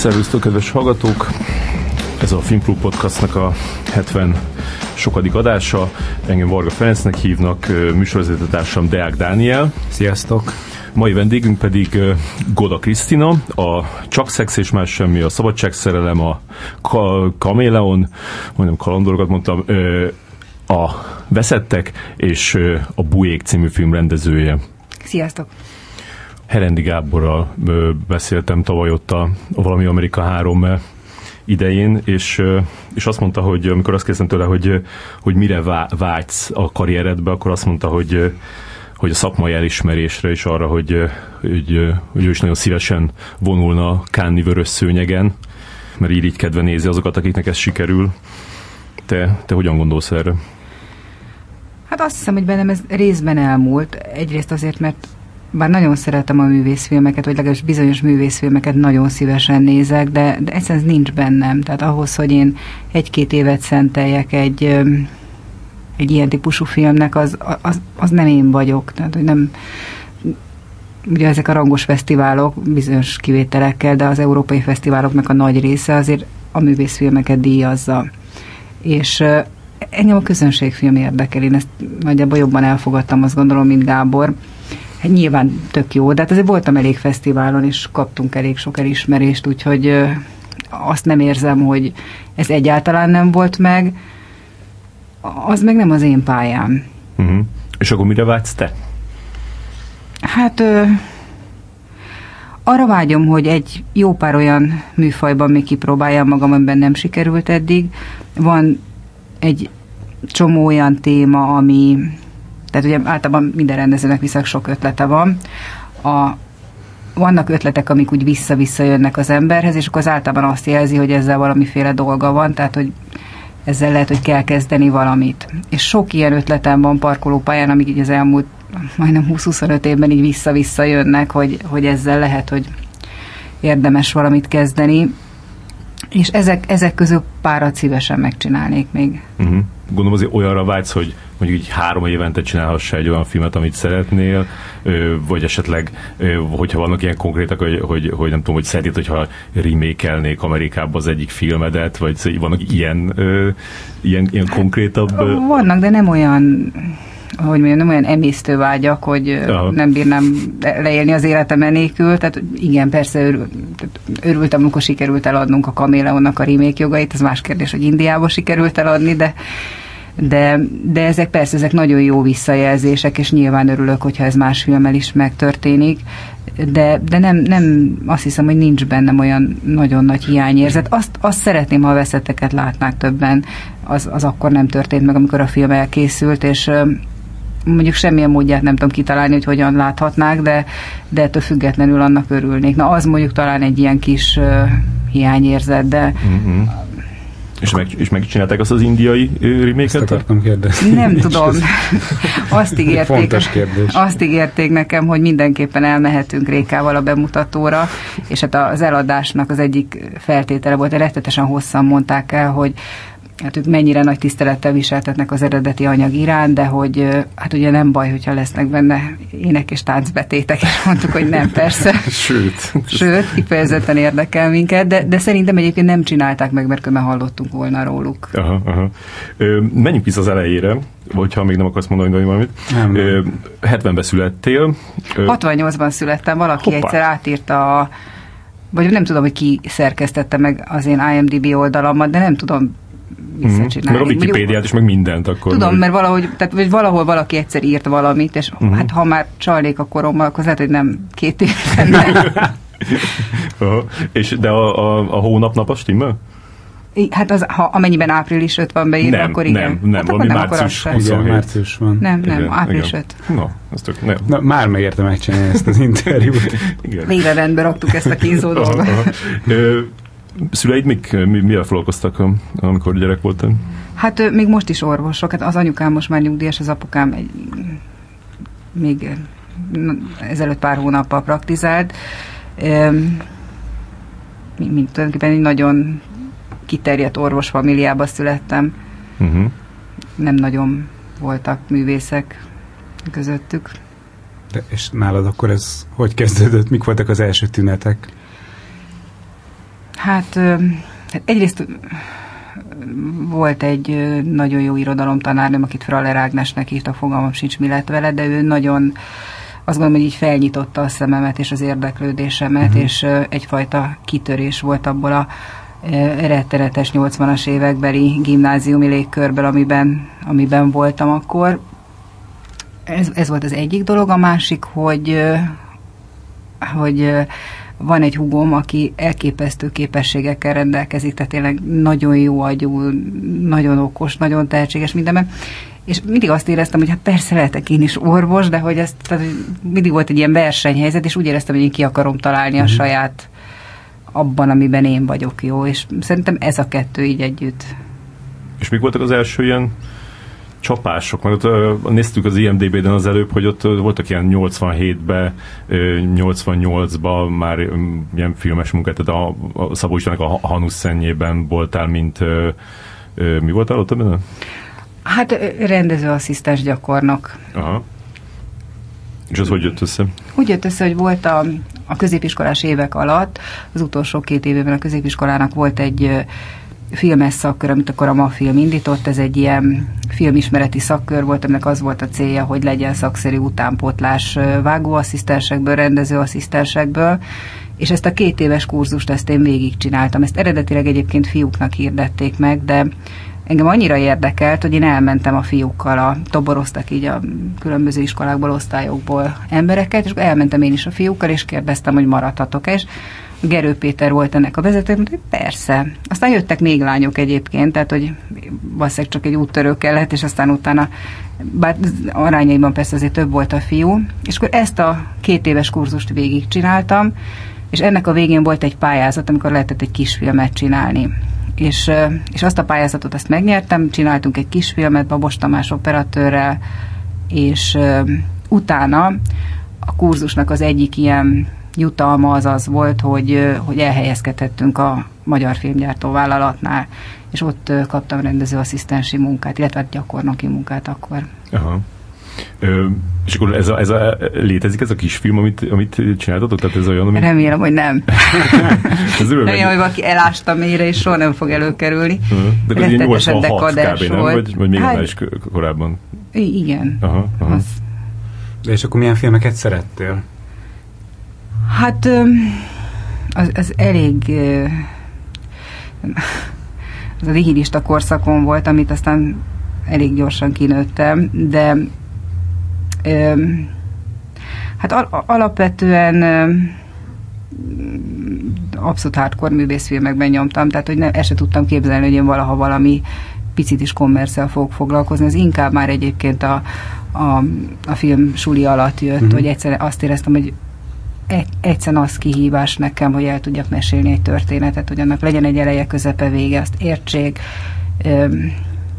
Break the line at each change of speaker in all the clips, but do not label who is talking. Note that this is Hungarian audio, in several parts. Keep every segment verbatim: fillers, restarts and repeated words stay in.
Szervusztok, kedves hallgatók! Ez a Filmklub Podcastnak a hetven sokadik adása. Engem Varga Ferencnek hívnak, műsorvezetőtársam Deák Dániel.
Sziasztok!
Mai vendégünk pedig Goda Krisztina, a Csak szex és más semmi, a Szabadságszerelem, a Kaméleon, majdnem kalandorokat mondtam, a Veszettek és a Bujék című film rendezője.
Sziasztok!
Herendi Gáborral beszéltem tavaly ott a, a Valami Amerika három idején, és, és azt mondta, hogy amikor azt kérdeztem tőle, hogy, hogy mire vágysz a karrieredbe, akkor azt mondta, hogy, hogy a szakmai elismerésre és arra, hogy, hogy, hogy ő is nagyon szívesen vonulna a Cannes-i vörös szőnyegen, mert irigykedve nézi azokat, akiknek ez sikerül. Te, te hogyan gondolsz erre?
Hát azt hiszem, hogy bennem ez részben elmúlt. Egyrészt azért, mert bár nagyon szeretem a művészfilmeket, vagy legalábbis bizonyos művészfilmeket nagyon szívesen nézek, de, de egyszerűen ez nincs bennem. Tehát ahhoz, hogy én egy-két évet szenteljek egy, egy ilyen típusú filmnek, az, az, az nem én vagyok. Tehát, hogy nem... Ugye ezek a rangos fesztiválok, bizonyos kivételekkel, de az európai fesztiváloknak a nagy része azért a művészfilmeket díjazza. És engem a közönségfilm érdekel, én ezt nagyjából jobban elfogadtam, azt gondolom, mint Gábor. Hát nyilván tök jó, de hát azért voltam elég fesztiválon, és kaptunk elég sok elismerést, úgyhogy azt nem érzem, hogy ez egyáltalán nem volt meg. Az meg nem az én pályám.
Uh-huh. És akkor mire vágysz te?
Hát ö, arra vágyom, hogy egy jó pár olyan műfajban még kipróbáljam magam, amiben nem sikerült eddig. Van egy csomó olyan téma, ami... Tehát ugye általában minden rendezőnek viszont sok ötlete van. A, vannak ötletek, amik úgy vissza-vissza jönnek az emberhez, és akkor az általában azt jelzi, hogy ezzel valamiféle dolga van, tehát hogy ezzel lehet, hogy kell kezdeni valamit. És sok ilyen ötletem van parkolópályán, amik így az elmúlt majdnem húsz-huszonöt évben így vissza-vissza jönnek, hogy, hogy ezzel lehet, hogy érdemes valamit kezdeni. És ezek, ezek közül párat szívesen megcsinálnék még.
Uh-huh. Gondolom azért olyanra vágysz, hogy mondjuk így három évente csinálhassa egy olyan filmet, amit szeretnél, vagy esetleg, hogyha vannak ilyen konkrétak, hogy, hogy, hogy nem tudom, hogy szeretnéd, hogyha remake-elnék Amerikába az egyik filmedet, vagy vannak ilyen, ilyen, ilyen konkrétabb...
Vannak, de nem olyan... hogy mondjam, nem olyan emésztő vágyak, hogy Aha. nem bírnám leélni az életem nélkül. Tehát igen, persze örül, örültem, amikor sikerült eladnunk a Kaméleonnak a remake jogait, ez más kérdés, hogy Indiába sikerült eladni, de, de, de ezek persze, ezek nagyon jó visszajelzések, és nyilván örülök, hogyha ez más filmmel is megtörténik, de, de nem, nem, azt hiszem, hogy nincs bennem olyan nagyon nagy hiányérzet. Azt, azt szeretném, ha a Veszetteket látnák többen, az, az akkor nem történt meg, amikor a film elkészült, és mondjuk semmilyen módját nem tudom kitalálni, hogy hogyan láthatnák, de, de ettől függetlenül annak örülnék. Na, az mondjuk talán egy ilyen kis uh, hiányérzet, de... Mm-hmm.
És, meg, és megcsinálták azt az indiai remake-et?
Ezt akartam kérdezni.
Nem tudom. Azt ígérték,
fontos kérdés.
Azt ígérték nekem, hogy mindenképpen elmehetünk Rékával a bemutatóra, és hát az eladásnak az egyik feltétele volt, rettetesen hosszan mondták el, hogy hát ők mennyire nagy tisztelettel viseltetnek az eredeti anyag iránt, de hogy hát ugye nem baj, hogyha lesznek benne ének és táncbetétek, és mondtuk, hogy nem, persze.
Sőt.
Sőt, kifejezetten érdekel minket, de, de szerintem egyébként nem csinálták meg, mert különben hallottunk volna róluk.
Aha, aha. Ö, menjünk vissza az elejére, hogyha még nem akarsz mondani valamit.
Nem,
Ö, hetvenben születtél.
Ö, hatvannyolcban születtem, valaki hoppá. Egyszer átírta a, vagy nem tudom, hogy ki szerkesztette meg az én IMDb oldalamat, de nem tudom visszacsinálni.
Meg a Wikipédiát is, meg mindent akkor.
Tudom,
vagy...
mert valahogy, tehát, vagy valahol valaki egyszer írt valamit, és uh-huh. hát ha már csalnék a korommal, akkor lehet, hogy nem két évben.
És de a, a, a hónap-nap a stimmel?
Hát az, ha amennyiben április öt van beírva,
nem,
akkor igen.
Nem, nem,
hát
valami március
huszonhét. március van.
Nem, nem,
igen,
április
igen.
öt.
No, ez tök, nem.
Na, már megérte megcsinálni ezt az interjút.
Végre rendbe raktuk ezt a kínzó dolgot.
Szüleid mik, mi, mivel foglalkoztak, amikor gyerek voltam?
Hát még most is orvosok. Hát az anyukám most már nyugdíjas, az apukám egy, még ezelőtt pár hónappal praktizált. Mint tulajdonképpen egy nagyon kiterjedt orvosfamiliába születtem. Uh-huh. Nem nagyon voltak művészek közöttük.
De és nálad akkor ez hogy kezdődött? Mik voltak az első tünetek?
Hát, hát egyrészt volt egy nagyon jó irodalomtanárnőm, akit Fraller Ágnesnek hívtak, fogalmam sincs, mi lett vele, de ő nagyon, azt gondolom, hogy így felnyitotta a szememet és az érdeklődésemet, uh-huh. és egyfajta kitörés volt abból a rettenetes nyolcvanas évekbeli gimnáziumi légkörből, amiben, amiben voltam akkor. Ez, ez volt az egyik dolog. A másik, hogy, hogy van egy húgom, aki elképesztő képességekkel rendelkezik, tehát tényleg nagyon jó agyú, nagyon okos, nagyon tehetséges mindenben. És mindig azt éreztem, hogy hát persze lehetek én is orvos, de hogy ez tehát mindig volt egy ilyen versenyhelyzet, és úgy éreztem, hogy én ki akarom találni a saját abban, amiben én vagyok jó, és szerintem ez a kettő így együtt.
És mik voltak az első ilyen csapások? Mert ott néztük az I M D B-den az előbb, hogy ott voltak ilyen nyolcvanhétben, nyolcvannyolcban már ilyen filmes munkát, tehát a, a Szabó Istvánnak a Hanusz szennyében voltál, mint mi voltál ott benne?
Hát rendezőasszisztens gyakornok.
Aha. És az hogy jött össze?
Úgy jött össze, hogy volt a, a középiskolás évek alatt, az utolsó két évben a középiskolának volt egy filmes szakkör, amit akkor a MAFILM indított, ez egy ilyen filmismereti szakkör volt, aminek az volt a célja, hogy legyen szakszerű utánpótlás vágóasszisztensekből, rendezőasszisztensekből, és ezt a két éves kurzust ezt én végigcsináltam. Ezt eredetileg egyébként fiúknak hirdették meg, de engem annyira érdekelt, hogy én elmentem a fiúkkal, a, toboroztak így a különböző iskolákból, osztályokból embereket, és elmentem én is a fiúkkal, és kérdeztem, hogy maradhatok-e, és Gerő Péter volt ennek a vezető, hogy persze. Aztán jöttek még lányok egyébként, tehát, hogy valószínűleg csak egy úttörő kellett, és aztán utána, bár arányaiban persze azért több volt a fiú, és akkor ezt a két éves kurzust végigcsináltam, és ennek a végén volt egy pályázat, amikor lehetett egy kisfilmet csinálni. És, és azt a pályázatot azt megnyertem, csináltunk egy kisfilmet Babos Tamás operatőrrel, és uh, utána a kurzusnak az egyik ilyen jutalma az az volt, hogy, uh, hogy elhelyezkedhettünk a Magyar Filmgyártó Vállalatnál, és ott uh, kaptam rendezőasszisztensi munkát, illetve gyakornoki munkát akkor.
Aha. Ö, és akkor ez a, ez a, létezik ez a kisfilm, amit, amit csináltatok? Tehát ez olyan, amit...
Remélem, hogy nem. Remélem, hogy valaki elásta mélyre, és soha nem fog előkerülni. Uh-huh.
De ez nyolcvanhat kb. Nem? Vagy, vagy még hát, annál is korábban?
Igen.
Aha, aha. Az...
De és akkor milyen filmeket szerettél?
Hát az, az elég az a nihilista korszakon volt, amit aztán elég gyorsan kinőttem, de Öm, hát al- alapvetően öm, abszolút hardcore művészfilmekben nyomtam, tehát hogy ne, ezt se tudtam képzelni, hogy én valaha valami picit is kommersszel fogok foglalkozni. Ez inkább már egyébként a, a, a film suli alatt jött, uh-huh. hogy egyszerűen azt éreztem, hogy egy, egyszerűen az kihívás nekem, hogy el tudjak mesélni egy történetet, hogy annak legyen egy eleje, közepe, vége, azt értsék. Öm,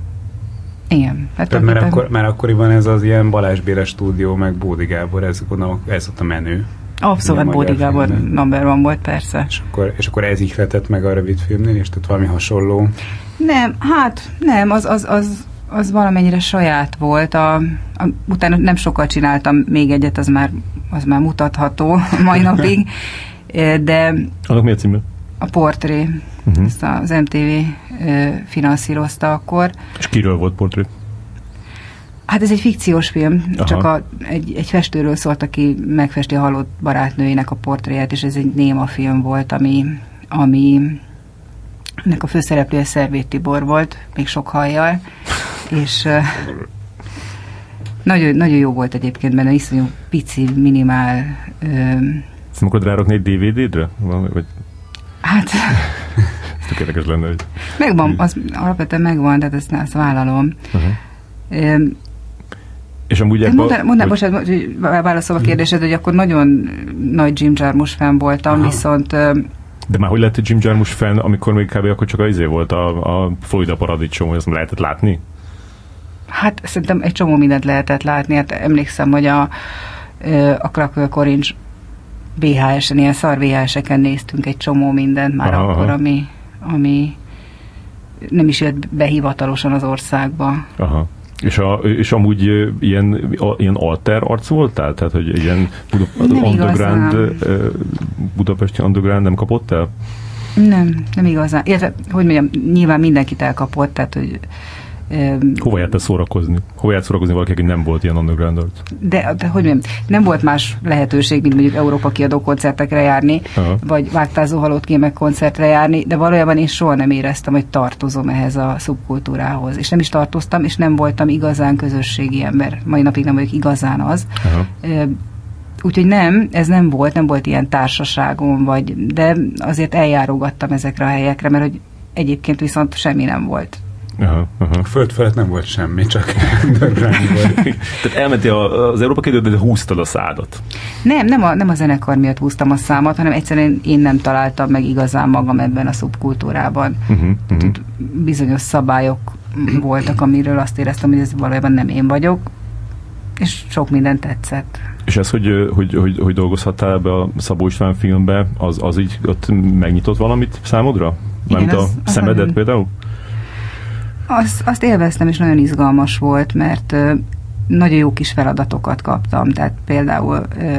Igen. Hát
Tehát mert, akkor, mert akkoriban ez az ilyen Balázs Béla stúdió, meg Bódi Gábor, ez, ez ott a menő.
Abszolút Bódi Gábor number one volt, persze. És
akkor, és akkor ez ihletett meg a rövidfilmnél, és tehát valami hasonló?
Nem, hát nem, az, az, az, az valamennyire saját volt. A, a, utána nem sokat csináltam még egyet, az már, az már mutatható mai napig, de...
Annak mi a címe?
A Portré. Uh-huh. Ezt az em té vé uh, finanszírozta akkor.
És kiről volt Portré?
Hát ez egy fikciós film,
Aha. csak
a, egy, egy festőről szólt, aki megfesti a halott barátnőjének a portréját, és ez egy néma film volt, ami, ami ennek a főszereplője Szervét Tibor volt, még sok hajjal, és uh, nagyon, nagyon jó volt egyébként benne, iszonyú pici, minimál... Uh,
Ezt nem akarod rárakni egy dé vé dé-re? Vagy...
Hát...
Ez tök érdekes lenne, hogy...
Megvan, az alapvetően megvan, tehát ezt, ezt vállalom. Uh-huh. Um,
és amúgy ebben...
Mondanám, mondanám hogy... bocsánat, hogy válaszolva a kérdésed, hogy akkor nagyon nagy Jim Jarmusch fan voltam, Aha. viszont... Um,
De már hogy lett Jim Jarmusch fan, amikor még kb. Akkor csak az izé volt a, a Florida paradicsom, hogy azt lehetett látni?
Hát szerintem egy csomó mindent lehetett látni. Hát emlékszem, hogy a, a Crackle Orange vé há es-en, ilyen szar vé há es-eken néztünk egy csomó mindent már aha, akkor, ami, ami nem is jött be hivatalosan az országba.
Aha. És, a, és amúgy ilyen, a, ilyen alter arc voltál? Tehát, hogy ilyen Buda, underground, Budapesti underground nem kapott el?
Nem, nem igazán. Illetve, hogy mondjam, nyilván mindenkit elkapott, tehát, hogy
hova járt szórakozni? Hova járt szórakozni valaki, aki nem volt ilyen underground art?
De, de hogy mondjam, nem volt más lehetőség, mint mondjuk Európa kiadó koncertekre járni, aha, vagy Vágtázó halott kémek koncertre járni, de valójában én soha nem éreztem, hogy tartozom ehhez a szubkultúrához. És nem is tartoztam, és nem voltam igazán közösségi ember. Mai napig nem vagyok igazán az. Aha. Úgyhogy nem, ez nem volt, nem volt ilyen társaságom, vagy, de azért eljárogattam ezekre a helyekre, mert hogy egyébként viszont semmi nem volt.
Aha, aha. A föld felett nem volt semmi, csak underground volt.
Tehát elmentél az Európa Kiadóba, de húztad a szádat.
Nem, nem a, nem a zenekar miatt húztam a számat, hanem egyszerűen én nem találtam meg igazán magam ebben a szubkultúrában. Uh-huh, uh-huh. Bizonyos szabályok voltak, amiről azt éreztem, hogy ez valójában nem én vagyok, és sok minden tetszett.
És ez, hogy, hogy, hogy, hogy dolgozhattál ebbe a Szabó István filmbe, az, az így ott megnyitott valamit számodra? Mármint a szemedet például?
Azt, azt élveztem, és nagyon izgalmas volt, mert ö, nagyon jó kis feladatokat kaptam. Tehát például ö,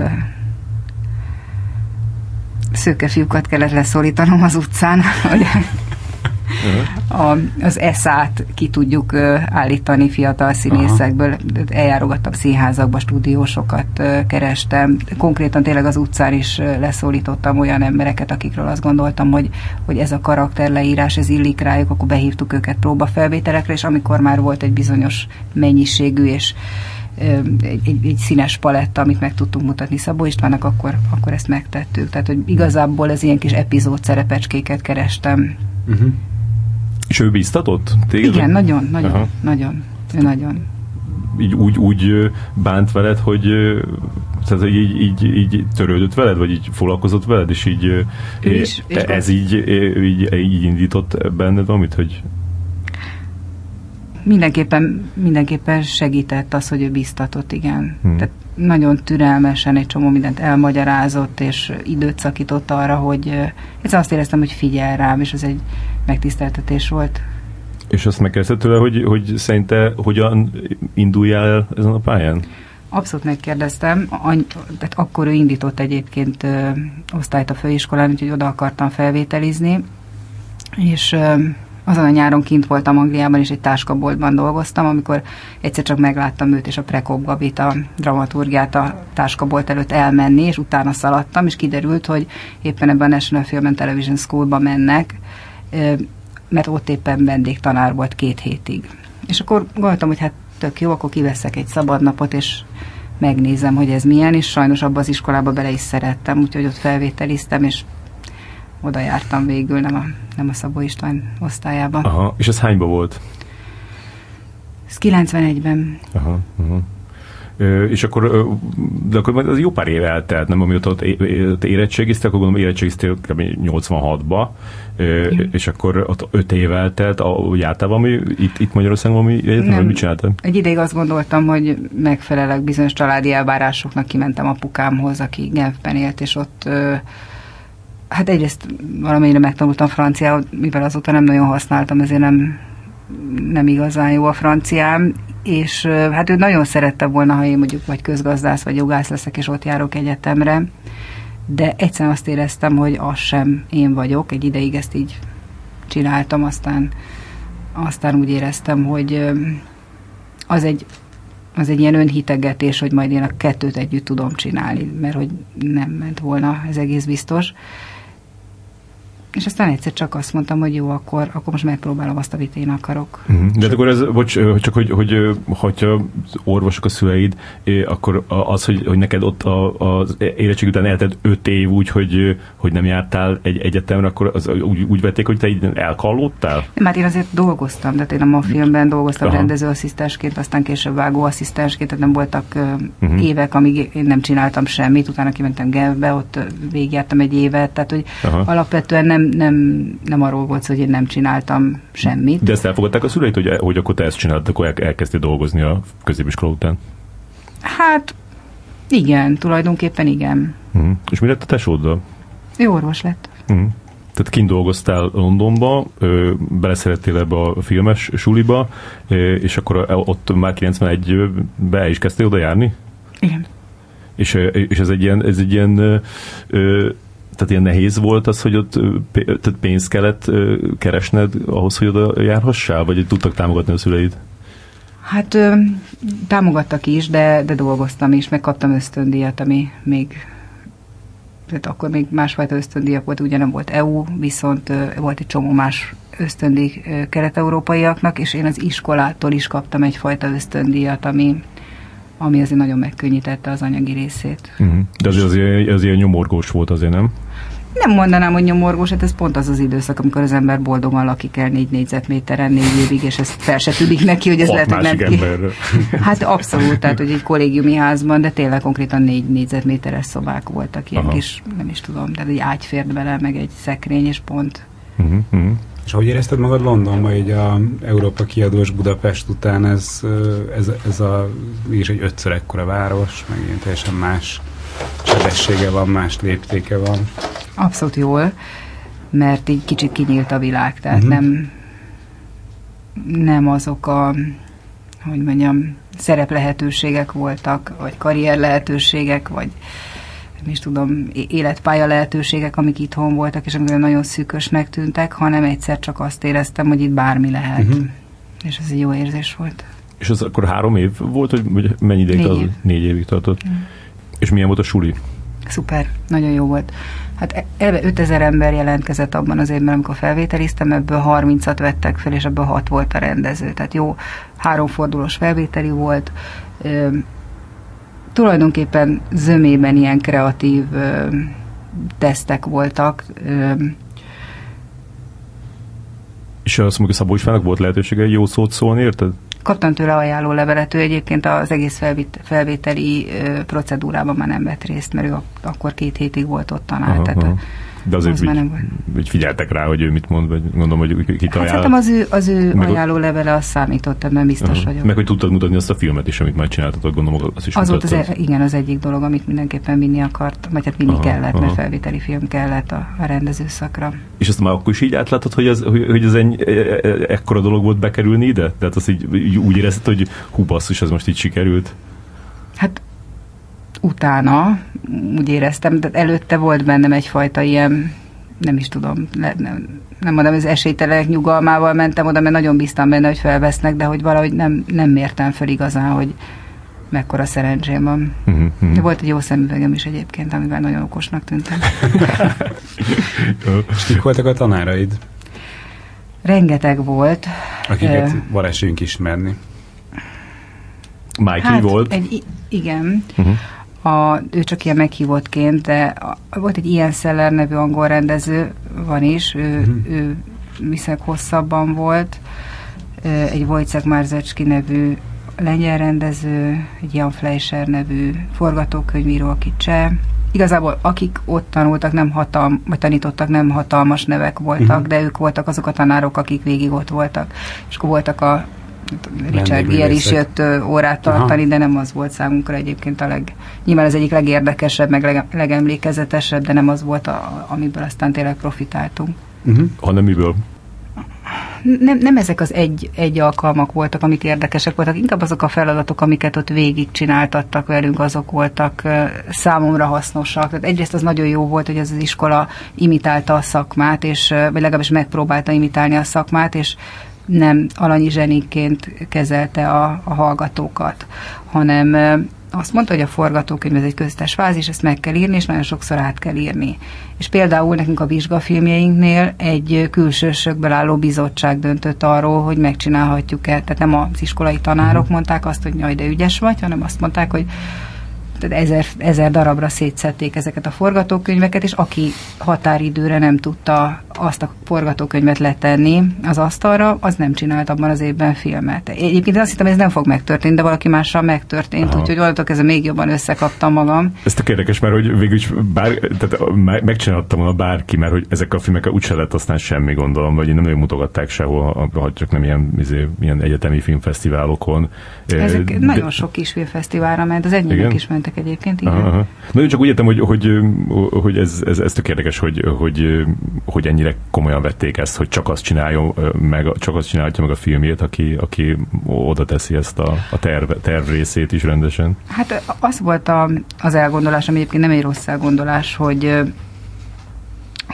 szőke fiúkat kellett leszólítanom az utcán, hogy a, az eszát ki tudjuk ö, állítani fiatal színészekből. Aha. Eljárogattam színházakba, stúdiósokat ö, kerestem. Konkrétan tényleg az utcán is ö, leszólítottam olyan embereket, akikről azt gondoltam, hogy, hogy ez a karakterleírás, ez illik rájuk, akkor behívtuk őket próbafelvételekre, és amikor már volt egy bizonyos mennyiségű és ö, egy, egy, egy színes paletta, amit meg tudtunk mutatni Szabó Istvánnak, akkor, akkor ezt megtettük. Tehát, hogy igazából ez ilyen kis epizód szerepecskéket kerestem. Uh-huh.
És ő bíztatott téged?
Igen, nagyon, nagyon, aha, nagyon, ő nagyon.
Így úgy, úgy bánt veled, hogy tehát így, így, így törődött veled, vagy így foglalkozott veled, és így is, és ez így, így, így indított benned valamit, hogy
mindenképpen, mindenképpen segített az, hogy ő bíztatott, igen. Hmm. Tehát nagyon türelmesen egy csomó mindent elmagyarázott, és időt szakított arra, hogy egyszerűen azt éreztem, hogy figyel rám, és ez egy megtiszteltetés volt.
És azt megkérdezted tőle, hogy, hogy szerinte hogyan induljál el ezen a pályán?
Abszolút megkérdeztem. Any- tehát akkor ő indított egyébként ö, osztályt a főiskolán, úgyhogy oda akartam felvételizni, és ö, azon a nyáron kint voltam Angliában, és egy táskaboltban dolgoztam, amikor egyszer csak megláttam őt és a Prekop Gabit, a dramaturgiát a táskabolt előtt elmenni, és utána szaladtam, és kiderült, hogy éppen ebben a National Film and Television Schoolba mennek, mert ott éppen vendégtanár volt két hétig. És akkor gondoltam, hogy hát tök jó, akkor kiveszek egy szabad napot, és megnézem, hogy ez milyen, és sajnos abba az iskolába bele is szerettem, úgyhogy ott felvételiztem, és oda jártam végül, nem a, nem a Szabó István osztályába.
Aha, és ez hányba volt?
Ez kilencvenegyben.
Aha, aha. Ö, és akkor, de akkor az jó pár év eltelt, nem? Amióta ott érettségiztél, akkor gondolom érettségiztél kb. nyolcvanhatba, ö, és akkor ott öt év eltelt, ahogy jártál valami, itt, itt Magyarországon valami egyetem, vagy mit csináltál?
Egy ideig azt gondoltam, hogy megfelelek bizonyos családi elvárásoknak, kimentem apukámhoz, aki Genfben élt, és ott ö, hát egyrészt valamennyire megtanultam franciául, mivel azóta nem nagyon használtam, ezért nem, nem igazán jó a franciám, és hát ő nagyon szerette volna, ha én mondjuk vagy közgazdász, vagy jogász leszek, és ott járok egyetemre, de egyszerűen azt éreztem, hogy az sem én vagyok, egy ideig ezt így csináltam, aztán, aztán úgy éreztem, hogy az egy, az egy ilyen önhitegetés, hogy majd én a kettőt együtt tudom csinálni, mert hogy nem ment volna, ez egész biztos. És aztán egyszer csak azt mondtam, hogy jó, akkor, akkor most megpróbálom azt, amit én akarok.
Uh-huh. De akkor ez, bocs, csak hogy, hogy hogyha orvosok a szüleid, akkor az, hogy, hogy neked ott az érettség után eltelt öt év úgy, hogy, hogy nem jártál egy egyetemre, akkor az, úgy, úgy vették, hogy te így elkallódtál?
Már én azért dolgoztam, tehát én a MAFA filmben dolgoztam rendezőasszisztensként, aztán később vágóasszisztensként, tehát nem voltak uh-huh. évek, amíg én nem csináltam semmit, utána kimentem Genfbe, ott végigjártam egy évet, tehát hogy aha. alapvetően nem Nem, nem arról volt, hogy én nem csináltam semmit.
De ezt elfogadták a szüleid, hogy, hogy akkor te ezt csináltad, akkor elkezdtél dolgozni a középiskola után?
Hát igen, tulajdonképpen igen.
Uh-huh. És mi lett a tesóddal?
Ő orvos lett.
Uh-huh. Tehát kint dolgoztál Londonba, beleszerettél ebbe a filmes suliba, és akkor ott már kilencvenegyben is kezdtél oda járni?
Igen.
És, és ez egy ilyen, ez egy ilyen ö, Tehát ilyen nehéz volt az, hogy ott tehát pénzt kellett keresned ahhoz, hogy oda járhassál? Vagy tudtak támogatni a szüleid?
Hát ö, támogattak is, de, de dolgoztam is, meg kaptam ösztöndíjat, ami még, tehát akkor még másfajta ösztöndíjak volt, ugye nem volt é u, viszont ö, volt egy csomó más ösztöndíj ö, kelet-európaiaknak, és én az iskolától is kaptam egyfajta ösztöndíjat, ami, ami azért nagyon megkönnyítette az anyagi részét.
Uh-huh. De azért, azért, azért nyomorgós volt azért, nem?
Nem mondanám, hogy nyomorgós, hát ez pont az az időszak, amikor az ember boldogan lakik el négy négyzetméteren négy évig, és ezt fel se tűnik neki, hogy ez lehet, hogy nem ki. Hát abszolút, tehát hogy egy kollégiumi házban, de tényleg konkrétan négy négyzetméteres szobák voltak, ilyen kis, nem is tudom, tehát egy ágy fért bele, meg egy szekrény, és pont.
Uh-huh, uh-huh.
És ahogy érezted magad Londonban, így a Európa kiadós Budapest után, ez, ez, ez a, mégis egy ötször ekkora város, meg ilyen teljesen más sebessége van, más léptéke van.
Abszolút jól, mert így kicsit kinyílt a világ, tehát uh-huh. nem, nem azok a, hogy mondjam, szerep lehetőségek voltak, vagy karrier lehetőségek, vagy nem is tudom, életpálya lehetőségek, amik itthon voltak, és amik nagyon szűkösnek tűntek, hanem egyszer csak azt éreztem, hogy itt bármi lehet. Uh-huh. És ez egy jó érzés volt.
És az akkor három év volt, hogy mennyi ideig
Négy,
tartott?
év.
Négy évig tartott. Uh-huh. És milyen volt a suli?
Szuper, nagyon jó volt. Hát elve ötezer ember jelentkezett abban az évben, amikor felvételiztem, ebből harmincat vettek fel, és ebből hat volt a rendező. Tehát jó, háromfordulós felvételi volt. Ö, tulajdonképpen zömében ilyen kreatív ö, tesztek voltak. Ö,
és azt mondjuk, Szabó Istvánnak volt lehetősége jó szót szólni, érted?
Kaptam tőle ajánló levelet, ő egyébként az egész felvét, felvételi ö, procedúrában már nem vett részt, mert ő ak- akkor két hétig volt ott tanár.
Aha,
tehát,
aha. De azért
az
úgy, úgy figyeltek rá, hogy ő mit mond, vagy gondolom, hogy kit
hát
ajánl.
szerintem az ő, az ő
meg
ajánló levele az számított, ebben biztos
aha.
vagyok.
Meg hogy tudtad mutatni azt a filmet is, amit már csináltatok, gondolom, azt is
Az volt az,
mutattad.
e- igen, az egyik dolog, amit mindenképpen vinni akart, vagy hát vinni aha, kellett, aha. mert felvételi film kellett a, a rendezőszakra.
És azt már akkor is így átlátod, hogy ez, hogy, hogy ez egy ekkora dolog volt bekerülni ide? Tehát azt így úgy érezted, hogy hú basszus, ez most így sikerült?
Hát utána úgy éreztem, de előtte volt bennem egyfajta ilyen, nem is tudom, le, nem, nem mondom, az esélytelenek nyugalmával mentem oda, mert nagyon bíztam benne, hogy felvesznek, de hogy valahogy nem, nem mértem fel igazán, hogy mekkora szerencsém van. Uh-huh, uh-huh. Volt egy jó szemüvegem is egyébként, amivel nagyon okosnak tűntem.
És kik voltak a tanáraid?
Rengeteg volt.
Akiket uh, van esélyünk ismerni.
Mikey
hát
volt?
Egy, igen.
Uh-huh.
A, ő csak ilyen meghívottként, de a, volt egy Ian Seller nevű angol rendező, van is, ő, uh-huh. ő viszonylag hosszabban volt, egy Wojciech Marzecki nevű lengyel rendező, egy Jan Fleischer nevű forgatókönyvíró, aki cseh. Igazából akik ott tanultak, nem hatalm, vagy tanítottak, nem hatalmas nevek voltak, uh-huh. de ők voltak azok a tanárok, akik végig ott voltak. És akkor voltak a Richard Gere is jött órát tartani, aha. de nem az volt számunkra egyébként a leg... Nyilván az egyik legérdekesebb, meg leg, legemlékezetesebb, de nem az volt, a, amiből aztán tényleg profitáltunk.
Uh-huh. Hanem miből?
Nem, nem ezek az egy, egy alkalmak voltak, amik érdekesek voltak, inkább azok a feladatok, amiket ott végig csináltattak velünk, azok voltak uh, számomra hasznosak. Tehát egyrészt az nagyon jó volt, hogy ez az iskola imitálta a szakmát, és, uh, vagy legalábbis megpróbálta imitálni a szakmát, és nem alanyi zsenikként kezelte a, a hallgatókat, hanem uh, azt mondta, hogy a forgatókönyv ez egy köztes fázis, ezt meg kell írni, és nagyon sokszor át kell írni. És például nekünk a vizsgafilmjeinknél egy külsősökből álló bizottság döntött arról, hogy megcsinálhatjuk-e. Tehát nem az iskolai tanárok mondták azt, hogy jaj, de ügyes vagy, hanem azt mondták, hogy tehát ezer, ezer darabra szétszedték ezeket a forgatókönyveket, és aki határidőre nem tudta azt a forgatókönyvet letenni az asztalra, az nem csinált abban az évben filmet. Egyébként azt hittem, ez nem fog megtörténni, de valaki mással megtörtént, aha. úgyhogy onnantól kezdve még jobban összekaptam magam.
Ez tök érdekes, mert hogy végül is bár, tehát megcsináltam volna bárki, mert hogy ezek a filmek úgyse lett aztán semmi, gondolom, vagy nem nagyon mutogatták sehol, ha csak nem ilyen, izé, ilyen egyetemi filmfesztiválokon.
Ezek
de,
nagyon sok kis filmfesztiválra ment, az enyémek is mentek egyébként, igen.
Aha, aha. Na, én csak úgy értem, hogy, hogy, hogy ez, ez, ez tök érdekes, hogy, hogy, hogy ennyire komolyan vették ezt, hogy csak azt csináljon meg, csak azt csinálja meg a filmjét, aki, aki oda teszi ezt a, a terv, terv részét is rendesen.
Hát az volt a, az elgondolás, ami egyébként nem egy rossz elgondolás, hogy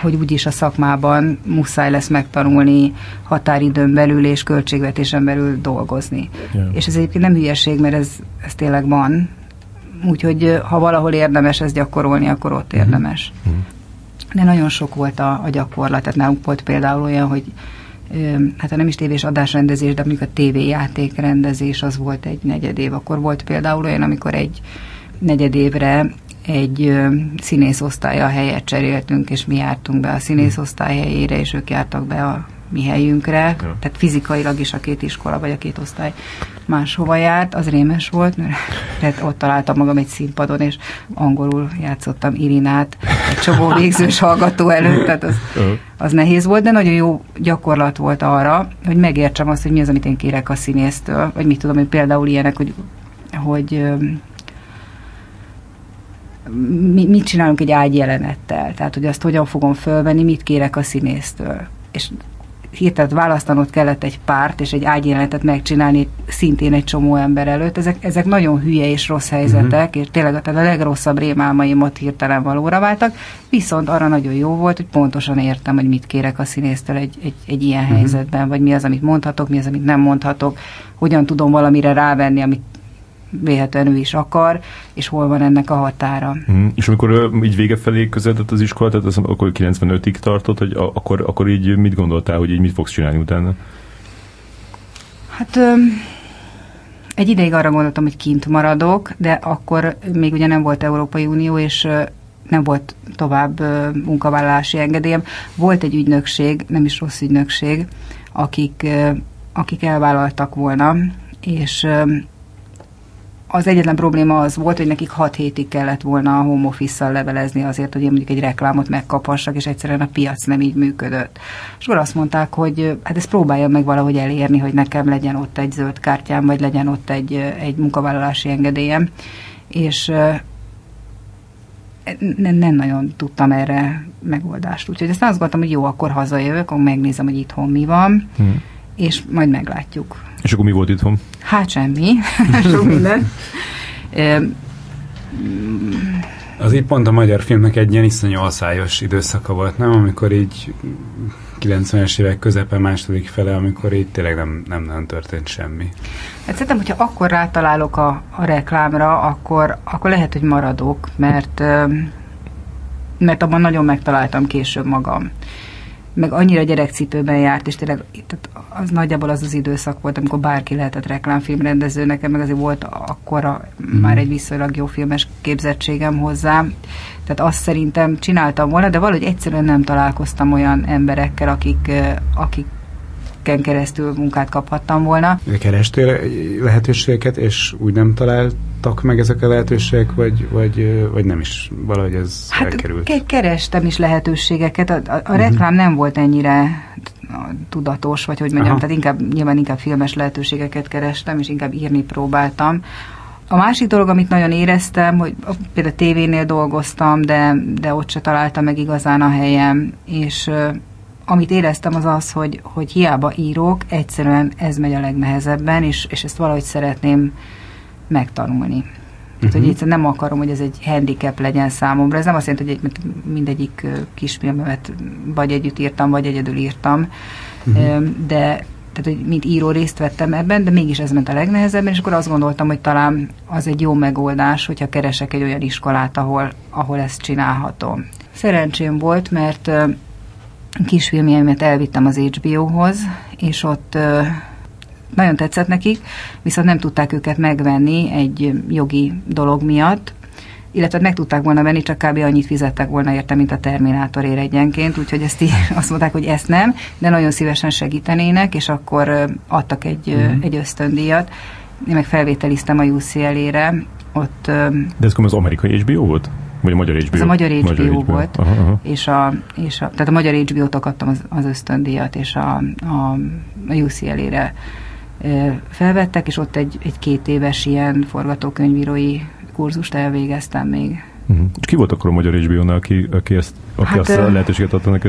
hogy úgyis a szakmában muszáj lesz megtanulni határidőn belül és költségvetésen belül dolgozni. Yeah. És ez egyébként nem hülyeség, mert ez, ez tényleg van. Úgyhogy ha valahol érdemes ezt gyakorolni, akkor ott érdemes. Mm-hmm. De nagyon sok volt a, a gyakorlat. Tehát nálunk volt például olyan, hogy hát ha nem is tévés adásrendezés, de mondjuk a tévéjátékrendezés az volt egy negyed év. Akkor volt például olyan, amikor egy negyed évre egy ö, színészosztálya helyet cseréltünk, és mi jártunk be a színészosztály helyére, és ők jártak be a mi helyünkre. Ja. Tehát fizikailag is a két iskola, vagy a két osztály máshova járt. Az rémes volt, mert ott találtam magam egy színpadon, és angolul játszottam Irinát egy csomó végzős hallgató előtt, tehát az, az nehéz volt, de nagyon jó gyakorlat volt arra, hogy megértsem azt, hogy mi az, amit én kérek a színésztől, vagy mit tudom, hogy például ilyenek, hogy, hogy mi, mit csinálunk egy ágyjelenettel, tehát hogy azt hogyan fogom fölvenni, mit kérek a színésztől. És hirtelen választanod kellett egy párt, és egy ágyjelenetet megcsinálni szintén egy csomó ember előtt. Ezek, ezek nagyon hülye és rossz helyzetek, uh-huh. és tényleg tehát a legrosszabb rémálmaimat hirtelen valóra váltak, viszont arra nagyon jó volt, hogy pontosan értem, hogy mit kérek a színésztől egy, egy, egy ilyen uh-huh. helyzetben, vagy mi az, amit mondhatok, mi az, amit nem mondhatok, hogyan tudom valamire rávenni, amit véletlenül ő is akar, és hol van ennek a határa.
Mm. És amikor uh, így vége felé közeledett az iskola, tehát az, akkor kilencvenötig tartott, hogy a, akkor, akkor így mit gondoltál, hogy így mit fogsz csinálni utána?
Hát ö, egy ideig arra gondoltam, hogy kint maradok, de akkor még ugye nem volt Európai Unió, és ö, nem volt tovább ö, munkavállalási engedélyem. Volt egy ügynökség, nem is rossz ügynökség, akik, ö, akik elvállaltak volna, és ö, az egyetlen probléma az volt, hogy nekik hat hétig kellett volna a home office-szal levelezni azért, hogy én mondjuk egy reklámot megkaphassak, és egyszerűen a piac nem így működött. És akkor azt mondták, hogy hát ezt próbáljam meg valahogy elérni, hogy nekem legyen ott egy zöld kártyám, vagy legyen ott egy, egy munkavállalási engedélyem. És nem, nem nagyon tudtam erre megoldást. Úgyhogy aztán azt gondoltam, hogy jó, akkor hazajövök, akkor megnézem, hogy itthon mi van, hmm. és majd meglátjuk.
És akkor mi volt itthon?
Hát semmi. Sok minden.
Az így pont a magyar filmnek egy ilyen iszonyú aszályos időszaka volt, nem? Amikor így kilencvenes évek közepe, második fele, amikor így tényleg nem, nem, nem történt semmi.
Hát szerintem, hogyha akkor rátalálok a, a reklámra, akkor, akkor lehet, hogy maradok, mert, mert abban nagyon megtaláltam később magam. Meg annyira gyerekcipőben járt, és tényleg tehát az nagyjából az az időszak volt, amikor bárki lehetett reklámfilmrendező, nekem meg azért volt akkora mm. már egy viszonylag jó filmes képzettségem hozzá. Tehát azt szerintem csináltam volna, de valahogy egyszerűen nem találkoztam olyan emberekkel, akik, akiken keresztül munkát kaphattam volna.
Kerestél lehetőségeket, és úgy nem találtak meg ezek a lehetőségek, vagy, vagy, vagy nem is valahogy ez
hát
elkerült?
Kerestem is lehetőségeket. A, a, a reklám uh-huh. nem volt ennyire tudatos, vagy hogy mondjam, Aha. tehát inkább, nyilván inkább filmes lehetőségeket kerestem, és inkább írni próbáltam. A másik dolog, amit nagyon éreztem, hogy például tévénél dolgoztam, de, de ott se találtam meg igazán a helyem, és uh, amit éreztem az az, hogy, hogy hiába írok, egyszerűen ez megy a legnehezebben, és, és ezt valahogy szeretném megtanulni. Uh-huh. Tehát, hogy egyszerűen nem akarom, hogy ez egy handicap legyen számomra. Ez nem azt jelenti, hogy egy, mindegyik kisfilmemet vagy együtt írtam, vagy egyedül írtam, uh-huh. de tehát, hogy mint író részt vettem ebben, de mégis ez ment a legnehezebben, és akkor azt gondoltam, hogy talán az egy jó megoldás, hogyha keresek egy olyan iskolát, ahol, ahol ezt csinálhatom. Szerencsém volt, mert kisfilmjeimet elvittem az há bé ó-hoz, és ott nagyon tetszett nekik, viszont nem tudták őket megvenni egy jogi dolog miatt, illetve meg tudták volna venni, csak kb. Annyit fizettek volna érte, mint a Terminátorért egyenként, úgyhogy ezt így azt mondták, hogy ezt nem, de nagyon szívesen segítenének, és akkor adtak egy, mm. egy ösztöndíjat. Én meg felvételiztem a u cé el á-re. Ott,
de ez az amerikai há bé ó volt? Vagy a magyar há bé ó?
Ez a magyar há bé ó
magyar
volt, aha, aha. És, a, és a, tehát a magyar há bé ó-tól kaptam az, az ösztöndíjat, és a, a, a u cé el á-re felvettek, és ott egy, egy két éves ilyen forgatókönyvírói kurzust elvégeztem még.
Uh-huh. És ki volt akkor a magyar há bé ó-nál, aki, aki, ezt, aki hát, azt a lehetőséget adta neked?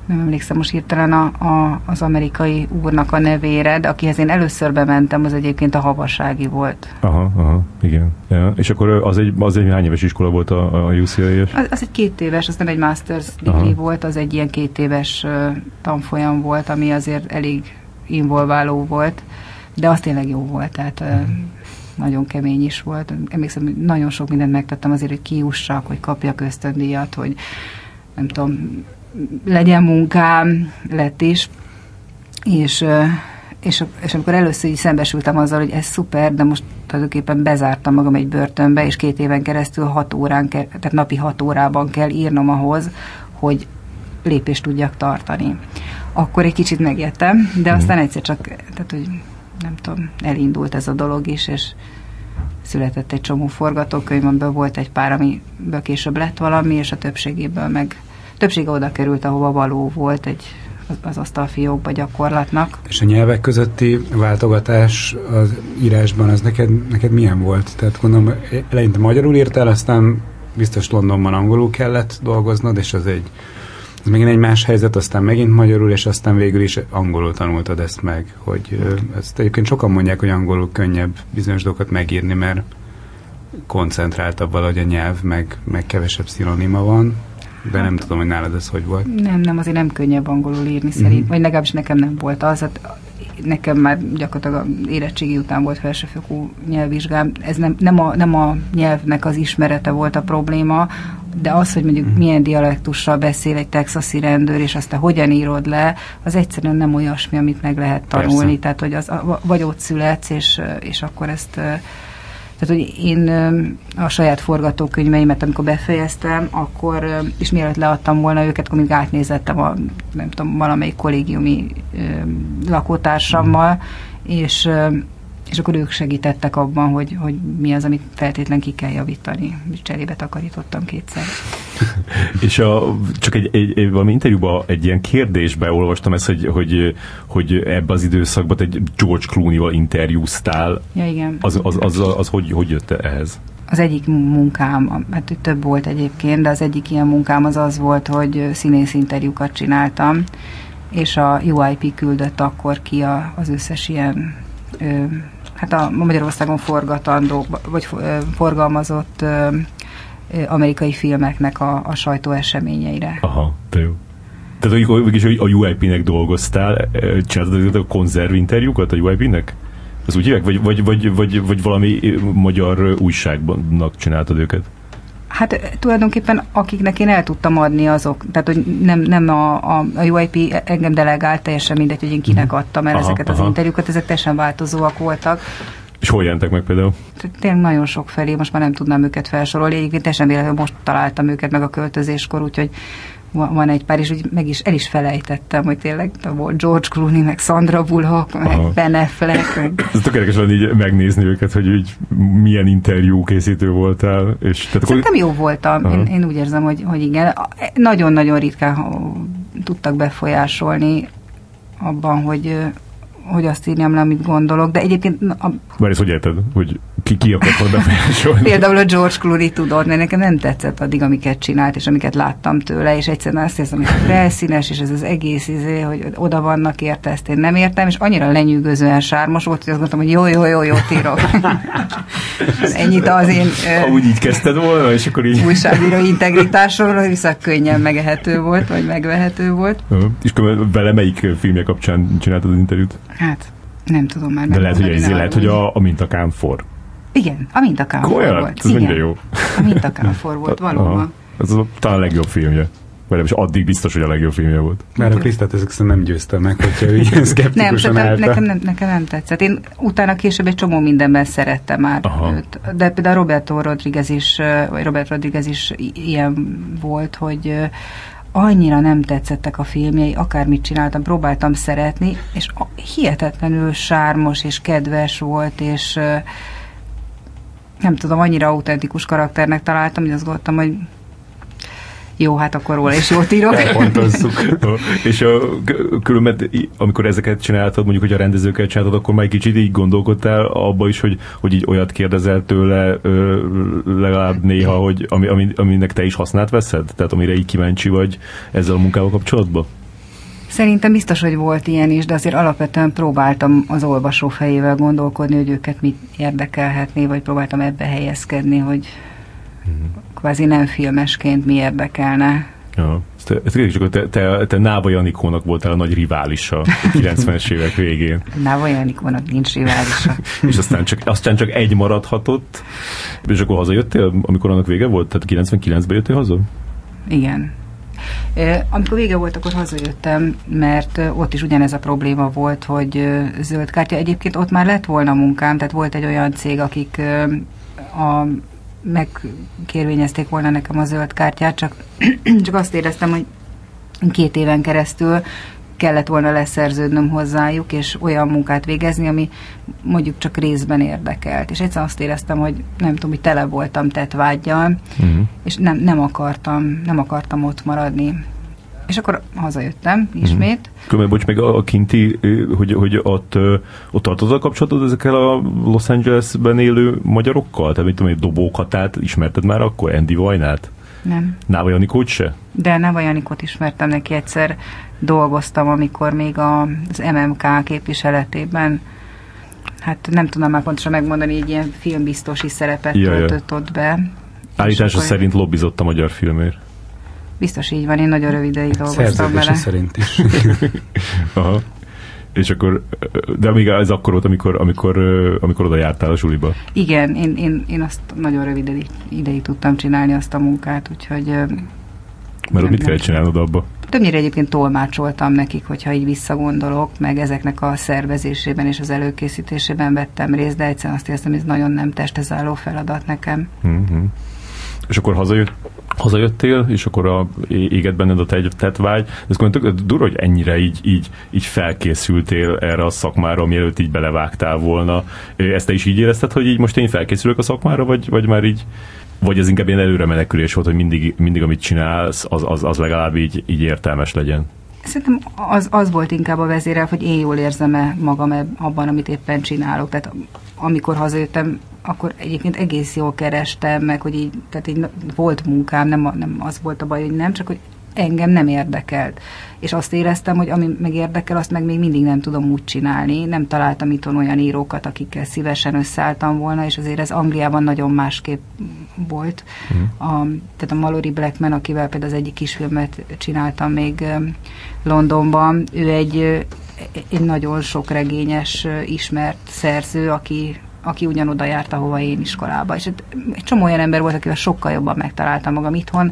nem emlékszem most hirtelen a, a, az amerikai úrnak a nevére, de akihez én először bementem, az egyébként a Havasági volt.
Aha, aha, igen. Ja. És akkor az egy, az egy hány éves iskola volt a, a U C L A-es?
Az, az egy két éves, az nem egy master's degree aha. volt, az egy ilyen két éves uh, tanfolyam volt, ami azért elég involváló volt, de az tényleg jó volt, tehát uh, nagyon kemény is volt. Emlékszem, hogy nagyon sok mindent megtettem azért, hogy kiussak, hogy kapjak ösztöndíjat, hogy nem tudom, legyen munkám, lett is, és, és, és amikor először így szembesültem azzal, hogy ez szuper, de most tulajdonképpen bezártam magam egy börtönbe, és két éven keresztül hat órán, kell, tehát napi hat órában kell írnom ahhoz, hogy lépést tudjak tartani. Akkor egy kicsit megijedtem, de aztán egyszer csak, tehát, hogy nem tudom, elindult ez a dolog is, és született egy csomó forgatókönyv, amiből volt egy pár, amiből később lett valami, és a többségéből meg többsége oda került, ahova való volt egy, az, az asztalfiókba gyakorlatnak.
És a nyelvek közötti váltogatás az írásban, az neked, neked milyen volt? Tehát gondolom, eleinte magyarul írtál, aztán biztos Londonban angolul kellett dolgoznod, és az egy ez megint egy más helyzet, aztán megint magyarul, és aztán végül is angolul tanultad ezt meg, hogy ezt egyébként sokan mondják, hogy angolul könnyebb bizonyos dolgokat megírni, mert koncentráltabb valahogy a nyelv, meg, meg kevesebb szinonima van, de nem tudom, hogy nálad ez hogy volt.
Nem, nem, azért nem könnyebb angolul írni szerint, mm-hmm. vagy legalábbis nekem nem volt az, hát nekem már gyakorlatilag a érettségi után volt felsőfokú nyelvvizsgám, ez nem, nem, a, nem a nyelvnek az ismerete volt a probléma, de az, hogy mondjuk mm. milyen dialektussal beszél egy texasi rendőr, és azt te hogyan írod le, az egyszerűen nem olyasmi, amit meg lehet tanulni. Persze. Tehát, hogy az, vagy ott születsz, és, és akkor ezt... Tehát, hogy én a saját forgatókönyveimet, amikor befejeztem, akkor, és mielőtt leadtam volna őket, akkor mindig átnézettem a, nem tudom, valamelyik kollégiumi lakótársammal, mm. és... és akkor ők segítettek abban, hogy, hogy mi az, amit feltétlen ki kell javítani. És cserébe takarítottam kétszer.
És a, csak egy, egy, egy valami interjúban, egy ilyen kérdésben olvastam ezt, hogy, hogy, hogy ebbe az időszakban egy George Clooney-val interjúztál.
Ja, igen.
Az, az, az, az, az hogy, hogy jött ehhez?
Az egyik munkám, hát több volt egyébként, de az egyik ilyen munkám az az volt, hogy színész interjúkat csináltam, és a U I P küldött akkor ki a, az összes ilyen ö, hát a Magyarországon forgatandó, vagy forgalmazott ö, ö, amerikai filmeknek a, a sajtóeseményeire.
Aha, de jó. Tehát a U I P-nek dolgoztál, csináltad a konzervinterjúkat a U I P-nek? Az úgy hívják? Vagy, vagy, vagy, vagy, vagy valami magyar újságban csináltad őket?
Hát tulajdonképpen akiknek én el tudtam adni azok, tehát hogy nem, nem a, a, a U I P engem delegált, teljesen mindegy, hogy én kinek adtam el aha, ezeket aha. az interjúkat, ezek teljesen változóak voltak.
És hol jelentek meg például?
Tényleg nagyon sok felé, most már nem tudnám őket felsorolni, egyébként teljesen véletlenül most találtam őket meg a költözéskor, úgyhogy van egy pár, és úgy meg is, el is felejtettem, hogy tényleg volt George Clooney, meg Sandra Bullock, meg aha. Ben Affleck. Meg...
Ez tökéletes lenne így megnézni őket, hogy így milyen interjú készítő voltál. És tehát
szerintem akkor... jó voltam. Én, én úgy érzem, hogy, hogy igen. Nagyon-nagyon ritkán tudtak befolyásolni abban, hogy hogy azt írjam le, amit gondolok, de egyébként... A...
Már ezt hogy érted? Hogy ki, ki akart volna befolyásolni?
Például a George Clooney tudod, mert nekem nem tetszett addig, amiket csinált, és amiket láttam tőle, és egyszerűen azt hiszem, hogy felszínes, és ez az egész izé, hogy oda vannak érte, ezt én nem értem, és annyira lenyűgözően sármos volt, hogy azt mondtam, hogy jó, jó, jó, jó, írok. Ennyit az én...
Amúgy így kezdted volna, és akkor így...
újságíró integritásról, viszont könnyen megehető volt, vagy megvehető volt.
Uh, és vele melyik filmje kapcsán csináltad az interjút?
Hát, nem tudom már.
De lehet, hogy, ez lehet, hogy a, a Mintakámfor.
Igen, a Mintakámfor volt.
Ez mennyire jó.
A Mintakámfor volt, valóban.
Ez a, talán a legjobb filmje. Vagy nem is addig biztos, hogy a legjobb filmje volt.
Mert a Krisztát ezek szerint nem győztem meg, hogyha ő ilyen szkeptikusan
nem,
állta.
Nekem nem, nekem nem tetszett. Én utána később egy csomó mindenben szerettem már aha. őt. De például Roberto Rodriguez is, vagy Robert Rodriguez is ilyen volt, hogy annyira nem tetszettek a filmjei, akármit csináltam, próbáltam szeretni, és hihetetlenül sármos és kedves volt, és nem tudom, annyira autentikus karakternek találtam, hogy azt gondoltam, hogy jó, hát akkor róla is jót írok.
Elpontozzuk. És a, különben, amikor ezeket csináltad, mondjuk, hogy a rendezőket csináltad, akkor már egy kicsit így gondolkodtál abba is, hogy, hogy így olyat kérdezel tőle ö, legalább néha, hogy ami, ami, aminek te is hasznát veszed? Tehát amire így kíváncsi vagy ezzel a munkával kapcsolatban?
Szerintem biztos, hogy volt ilyen is, de azért alapvetően próbáltam az olvasó fejével gondolkodni, hogy őket mit érdekelhetné, vagy próbáltam ebbe helyezkedni, hogy mm. kvázi nem filmesként mi érdekelne.
Ja. Te, te, te, te Náva Janikónak voltál a nagy riválisa a kilencvenes évek végén.
Náva Janikónak nincs riválisa.
És aztán csak, aztán csak egy maradhatott, és akkor hazajöttél, amikor annak vége volt? Tehát kilencvenkilencben jöttél haza?
Igen. Amikor vége volt, akkor hazajöttem, mert ott is ugyanez a probléma volt, hogy zöld kártya. Egyébként ott már lett volna munkám, tehát volt egy olyan cég, akik a, megkérvényezték volna nekem a zöld kártyát, csak, csak azt éreztem, hogy két éven keresztül kellett volna leszerződnöm hozzájuk, és olyan munkát végezni, ami mondjuk csak részben érdekelt. És egyszer azt éreztem, hogy nem tudom, hogy tele voltam tettvággyal, uh-huh. és nem, nem akartam, nem akartam ott maradni. És akkor hazajöttem ismét.
Uh-huh. Köszönöm, bocs, meg a, a kinti, hogy, hogy ott, ott tartod a kapcsolatod ezekkel a Los Angelesben élő magyarokkal? Tehát mit tudom, hogy Dobókatát ismerted már akkor? Andy Vajnát?
Nem.
Náva Janikót se?
De Náva Janikót ismertem, neki egyszer dolgoztam, amikor még az em em ká képviseletében, hát nem tudom már pontosan megmondani, egy ilyen filmbiztosi szerepet ja, töltött ja. ott be.
Állítása szerint lobbizott a magyar filmért.
Biztos így van, én nagyon rövid ideig dolgoztam vele.
szerint is.
Aha. És akkor, de még ez akkor volt, amikor, amikor, amikor oda jártál a suliba.
Igen, én, én, én azt nagyon rövid ideig, ideig tudtam csinálni azt a munkát, úgyhogy...
Mert ott mit kellett csinálnod abba?
Többnyire egyébként tolmácsoltam nekik, hogyha így visszagondolok, meg ezeknek a szervezésében és az előkészítésében vettem részt, de egyszerűen azt éreztem, hogy ez nagyon nem testhez álló feladat nekem. Mm-hmm.
És akkor hazajött, hazajöttél, és akkor a, égett benned a tettvágy. Ez tök durva, hogy ennyire így, így, így felkészültél erre a szakmára, mielőtt így belevágtál volna. Ezt te is így érezted, hogy így most én felkészülök a szakmára, vagy, vagy már így, vagy ez inkább ilyen előre menekülés volt, hogy mindig, mindig amit csinálsz, az, az, az legalább így, így értelmes legyen?
Szerintem az, az volt inkább a vezérel, hogy én jól érzem-e magam abban, amit éppen csinálok. Tehát amikor hazajöttem, akkor egyébként egész jól kerestem, meg hogy így, tehát így volt munkám, nem, nem az volt a baj, hogy nem, csak hogy engem nem érdekelt. És azt éreztem, hogy ami meg érdekel, azt meg még mindig nem tudom úgy csinálni. Nem találtam itthon olyan írókat, akikkel szívesen összeálltam volna, és azért ez Angliában nagyon másképp volt. Mm. A, tehát a Mallory Blackman, akivel például az egyik kisfilmet csináltam még Londonban, ő egy, egy nagyon sok regényes ismert szerző, aki aki ugyanoda járt, ahova én iskolába. És egy csomó olyan ember volt, akivel sokkal jobban megtaláltam magam itthon.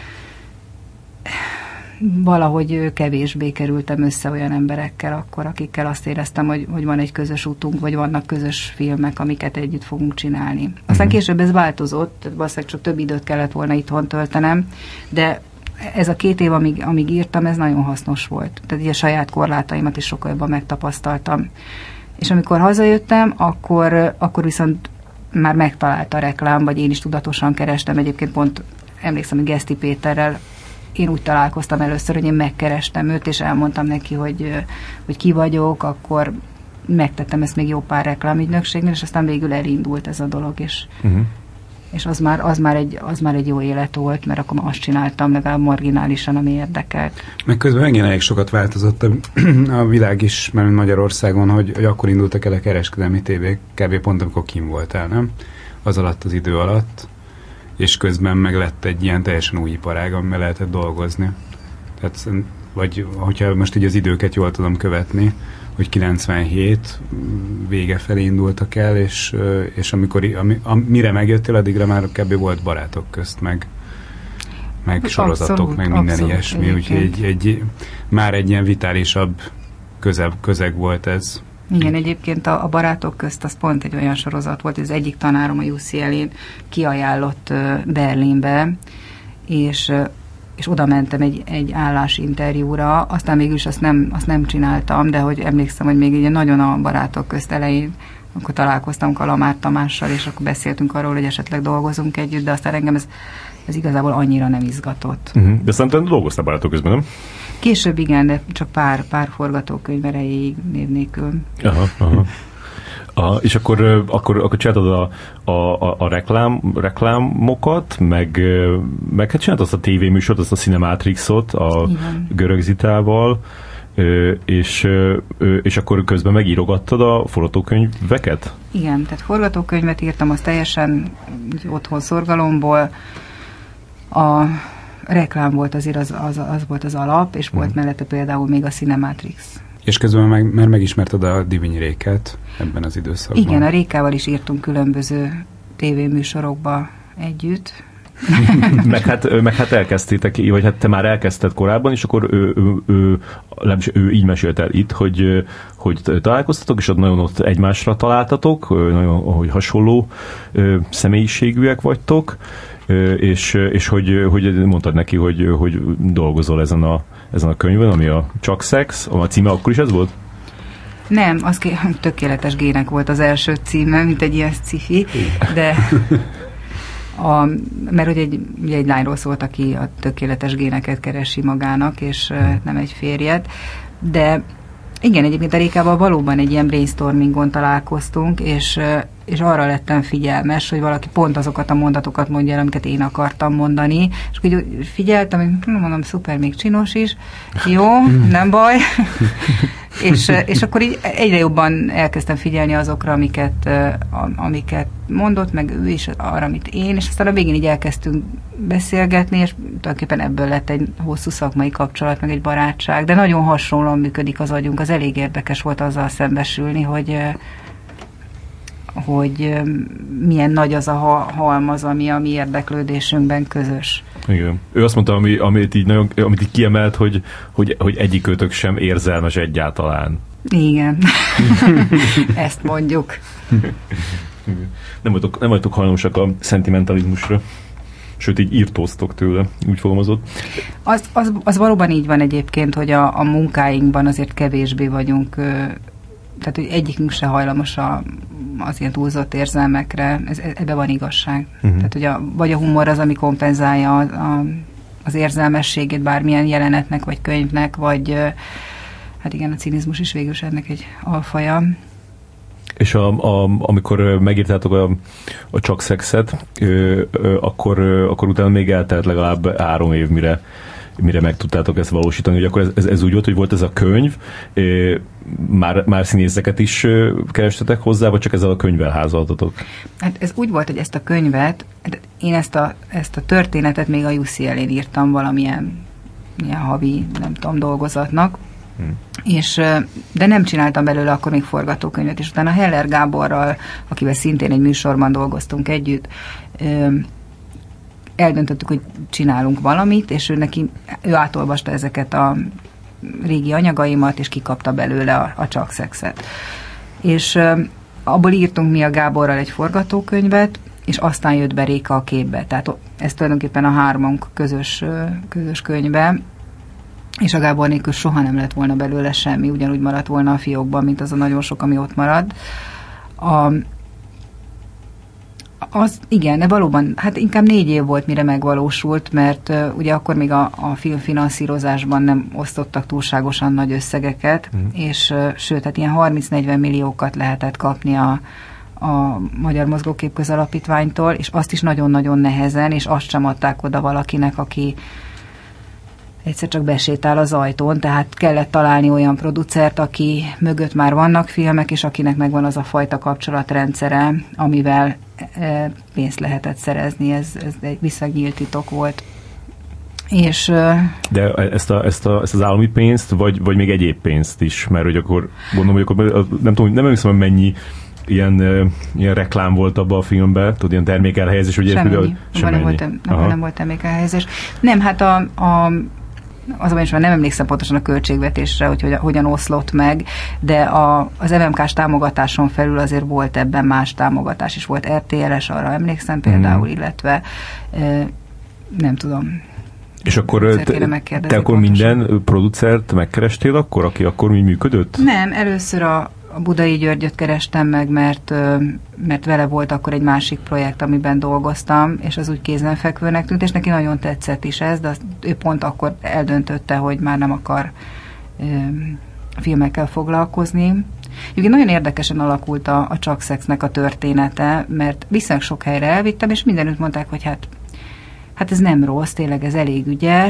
Valahogy kevésbé kerültem össze olyan emberekkel akkor, akikkel azt éreztem, hogy, hogy van egy közös útunk, vagy vannak közös filmek, amiket együtt fogunk csinálni. Aztán később ez változott, valószínűleg csak több időt kellett volna itthon töltenem, de ez a két év, amíg, amíg írtam, ez nagyon hasznos volt. Tehát így a saját korlátaimat is sokkal jobban megtapasztaltam. És amikor hazajöttem, akkor, akkor viszont már megtalálta a reklám, vagy én is tudatosan kerestem. Egyébként pont emlékszem, hogy Geszti Péterrel én úgy találkoztam először, hogy én megkerestem őt, és elmondtam neki, hogy, hogy ki vagyok, akkor megtettem ezt még jó pár reklámügynökségnél, és aztán végül elindult ez a dolog, és, uh-huh. és az, már, az, már egy, az már egy jó élet volt, mert akkor azt csináltam legalább marginálisan, ami érdekelt.
Meg közben megint elég sokat változott a, a világ is, mert Magyarországon, hogy, hogy akkor indultak el a kereskedelmi tévék, kb. Pont amikor kim voltál, nem? Az alatt az idő alatt, és közben meg lett egy ilyen teljesen új iparág, amivel lehetett dolgozni. Tehát, vagy hogyha most így az időket jól tudom követni, hogy kilencvenhét vége felé indultak el, és, és amikor ami, amire megjöttél, addigra már kb. Volt Barátok közt, meg, meg sorozatok, abszolút, meg minden abszolút, ilyesmi. Úgyhogy egy, egy, már egy ilyen vitálisabb közeg, közeg volt ez.
Igen, egyébként a, a Barátok közt az pont egy olyan sorozat volt, hogy az egyik tanárom a U C L-én kiajánlott uh, Berlinbe, és, uh, és oda mentem egy, egy állásinterjúra, aztán mégis azt nem, azt nem csináltam, de hogy emlékszem, hogy még így nagyon a Barátok közt elején, akkor találkoztam Kalamár Tamással, és akkor beszéltünk arról, hogy esetleg dolgozunk együtt, de aztán engem ez, ez igazából annyira nem izgatott.
Uh-huh. De szerintem dolgoztál Barátok közben, nem?
Később igen, de csak pár, pár forgatókönyv erejéig név nélkül.
Aha, aha. Aha, és akkor, akkor, akkor csináltad a, a, a, a reklám, reklámokat, meg, meg hát csináltad azt a tévéműsort, azt a Cinematrixot a igen. Görög Zitával, és, és akkor közben megírogattad a forgatókönyveket?
Igen, tehát forgatókönyvet írtam, az teljesen otthon szorgalomból. A reklám volt azért, az, az, az volt az alap, és volt hmm. mellette például még a Cinematrix.
És közben meg, mert megismerted a Divinyi Réket ebben az időszakban.
Igen, a Rékával is írtunk különböző tévéműsorokba együtt.
meg, hát, meg hát elkezdtétek, vagy hát te már elkezdted korábban, és akkor ő, ő, ő, ő, ő így mesélt el itt, hogy, hogy találkoztatok, és ott nagyon ott egymásra találtatok, nagyon hogy hasonló személyiségűek vagytok, és, és hogy, hogy mondtad neki, hogy, hogy dolgozol ezen a, ezen a könyvön, ami a Csak szex, a címe akkor is ez volt?
Nem, az Tökéletes gének volt az első címe, mint egy ilyen sci-fi, de a, mert hogy egy, ugye egy lányról szólt, aki a tökéletes géneket keresi magának, és hmm. nem egy férjet, de igen, egyébként a Rékával valóban egy ilyen brainstormingon találkoztunk, és, és arra lettem figyelmes, hogy valaki pont azokat a mondatokat mondja el, amiket én akartam mondani, és úgy figyeltem, hogy mondom, szuper, még csinos is, jó, nem baj, és, és akkor így egyre jobban elkezdtem figyelni azokra, amiket, amiket mondott, meg ő is arra, amit én, és aztán a végén így elkezdtünk beszélgetni, és tulajdonképpen ebből lett egy hosszú szakmai kapcsolat, meg egy barátság, de nagyon hasonlóan működik az agyunk, az elég érdekes volt azzal szembesülni, hogy hogy milyen nagy az a halmaz, ami a mi érdeklődésünkben közös.
Igen. Ő azt mondta, ami, amit, így nagyon, amit így kiemelt, hogy, hogy, hogy egyikőtök sem érzelmes egyáltalán.
Igen. Ezt mondjuk.
Nem vagytok, nem vagytok hajlamosak a szentimentalizmusra. Sőt, így írtóztok tőle, úgy fogalmazott.
Az, az, az valóban így van egyébként, hogy a, a munkáinkban azért kevésbé vagyunk, tehát hogy egyikünk se hajlamos a, az ilyen túlzott érzelmekre, ez, ebbe van igazság. Uh-huh. Tehát, hogy a, vagy a humor az, ami kompenzálja a, a, az érzelmességét bármilyen jelenetnek, vagy könyvnek, vagy hát igen, a cinizmus is végül ennek egy alfaja.
És a, a, amikor megírtátok a, a Csak szexet, ö, ö, akkor, ö, akkor utána még eltelt legalább három év, mire, mire meg tudtátok ezt valósítani, hogy akkor ez, ez, ez úgy volt, hogy volt ez a könyv, ö, már, már színészeket is ö, kerestetek hozzá, vagy csak ezzel a könyvvel házaltatok? Hát
ez úgy volt, hogy ezt a könyvet, én ezt a, ezt a történetet még a u cé el-én írtam valamilyen ilyen havi, nem tudom, dolgozatnak, Hmm. És, de nem csináltam belőle akkor még forgatókönyvet, és utána Heller Gáborral, akivel szintén egy műsorban dolgoztunk együtt, eldöntöttük, hogy csinálunk valamit, és ő neki, ő átolvasta ezeket a régi anyagaimat, és kikapta belőle a, a Csak szexet. És abból írtunk mi a Gáborral egy forgatókönyvet, és aztán jött be Réka a képbe. Tehát ez tulajdonképpen a hármunk közös, közös könyve, és a Gábor nélkül soha nem lett volna belőle semmi, ugyanúgy maradt volna a fiókban, mint az a nagyon sok, ami ott marad. A, az, igen, de valóban, hát inkább négy év volt, mire megvalósult, mert uh, ugye akkor még a, a filmfinanszírozásban nem osztottak túlságosan nagy összegeket, mm. és uh, sőt, hát ilyen harminc-negyven milliókat lehetett kapni a, a Magyar Mozgókép Közalapítványtól, és azt is nagyon-nagyon nehezen, és azt sem adták oda valakinek, aki egyszer csak besétál az ajtón, tehát kellett találni olyan producert, aki mögött már vannak filmek, és akinek megvan az a fajta kapcsolatrendszere, amivel e, pénzt lehetett szerezni. Ez, ez egy visszanyílt titok volt. És,
de ezt, a, ezt, a, ezt az állami pénzt, vagy, vagy még egyéb pénzt is, mert hogy akkor gondolom, hogy akkor nem tudom, nem emlékszem, hogy mennyi ilyen, ilyen reklám volt abban a filmben, tudod, ilyen termékelhelyezés, hogy
semennyi.
Például,
semennyi. Nem, volt, nem, nem volt termékelhelyezés. Nem, hát a, a azonban is már nem emlékszem pontosan a költségvetésre, hogy hogyan, hogyan oszlott meg, de a, az em em ká-s támogatáson felül azért volt ebben más támogatás is. Volt er té el-es, arra emlékszem például, mm. illetve e, nem tudom.
És akkor te, te akkor minden producert megkerestél akkor, aki akkor mi működött?
Nem, először a A Budai Györgyöt kerestem meg, mert, mert vele volt akkor egy másik projekt, amiben dolgoztam, és az úgy kézenfekvőnek tűnt, és neki nagyon tetszett is ez, de azt, ő pont akkor eldöntötte, hogy már nem akar ö, filmekkel foglalkozni. Ugye nagyon érdekesen alakult a, a Csak szexnek a története, mert viszonylag sok helyre elvittem, és mindenütt mondták, hogy hát, hát ez nem rossz, tényleg ez elég ügyes,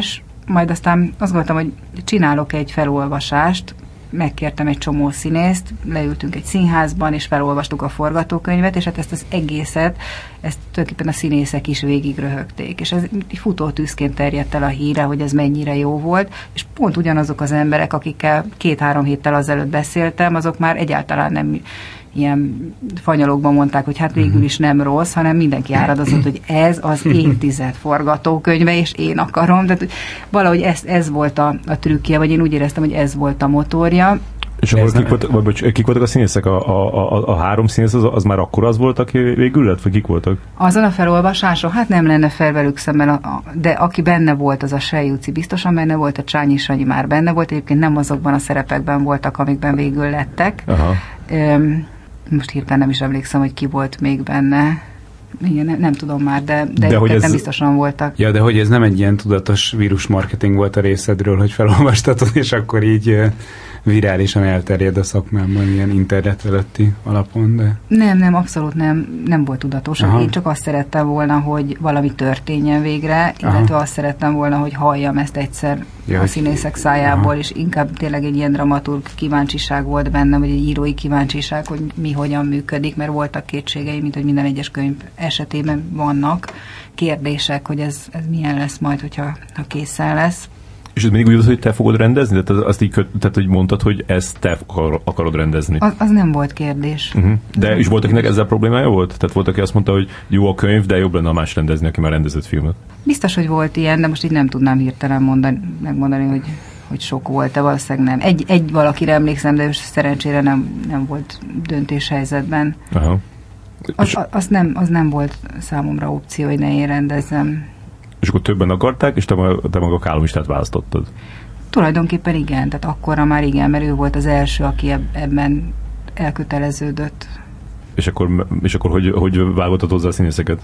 majd aztán azt gondoltam, hogy csinálok egy felolvasást, megkértem egy csomó színészt, leültünk egy színházban, és felolvastuk a forgatókönyvet, és hát ezt az egészet, ezt tulajdonképpen a színészek is végig röhögték. És ez egy futótűzként terjedt el a híre, hogy ez mennyire jó volt, és pont ugyanazok az emberek, akikkel két-három héttel azelőtt beszéltem, azok már egyáltalán nem ilyen fanyalokban mondták, hogy hát végül is nem rossz, hanem mindenki áradozott, hogy ez az évtized forgatókönyve, és én akarom. Tehát valahogy ez, ez volt a, a trükkje, vagy én úgy éreztem, hogy ez volt a motorja.
És akkor kik, volt, vagy, vagy, kik voltak a színészek? A, a, a, a három színész az, az már akkor az volt, aki végül lett, vagy kik voltak?
Azon a felolvasáson, hát nem lenne fel velük szemben, a, a, de aki benne volt, az a Sejjuci biztosan benne volt, a Csányi Sanyi már benne volt, egyébként nem azokban a szerepekben voltak, amikben végül lettek. Aha. Üm, most hirtelen nem is emlékszem, hogy ki volt még benne. Igen, nem, nem tudom már, de, de, de hogy ez, nem biztosan voltak.
Ja, de hogy ez nem egy ilyen tudatos vírusmarketing volt a részedről, hogy felolvastatod, és akkor így virálisan elterjed a szakmában ilyen internet előtti alapon, de...
Nem, nem, abszolút nem, nem volt tudatos. Aha. Én csak azt szerettem volna, hogy valami történjen végre, illetve Aha. azt szerettem volna, hogy halljam ezt egyszer ja, a színészek szájából, Aha. és inkább tényleg egy ilyen dramaturg kíváncsiság volt bennem, vagy egy írói kíváncsiság, hogy mi hogyan működik, mert voltak kétségeim, mint hogy minden egyes könyv esetében vannak kérdések, hogy ez, ez milyen lesz majd, hogyha ha készen lesz.
És ez mindig úgy az, hogy te fogod rendezni? Tehát azt így köt, tehát, hogy mondtad, hogy ezt te akarod rendezni.
Az, az nem volt kérdés.
Uh-huh. De és volt, akinek ezzel problémája volt? Tehát volt, aki azt mondta, hogy jó a könyv, de jobb lenne a más rendezni, aki már rendezett filmet.
Biztos, hogy volt ilyen, de most így nem tudnám hirtelen mondani, megmondani, hogy, hogy sok volt-e, valószínűleg nem. Egy, egy valakire emlékszem, de szerencsére nem, nem volt döntéshelyzetben. Aha. Az, az, nem, az nem volt számomra opció, hogy ne én rendezzem.
És akkor többen akarták, és te, te maga Kálomistát választottad?
Tulajdonképpen igen, tehát akkorra már igen, mert ő volt az első, aki ebben elköteleződött.
És akkor, és akkor hogy, hogy válogatott hozzá a színészeket?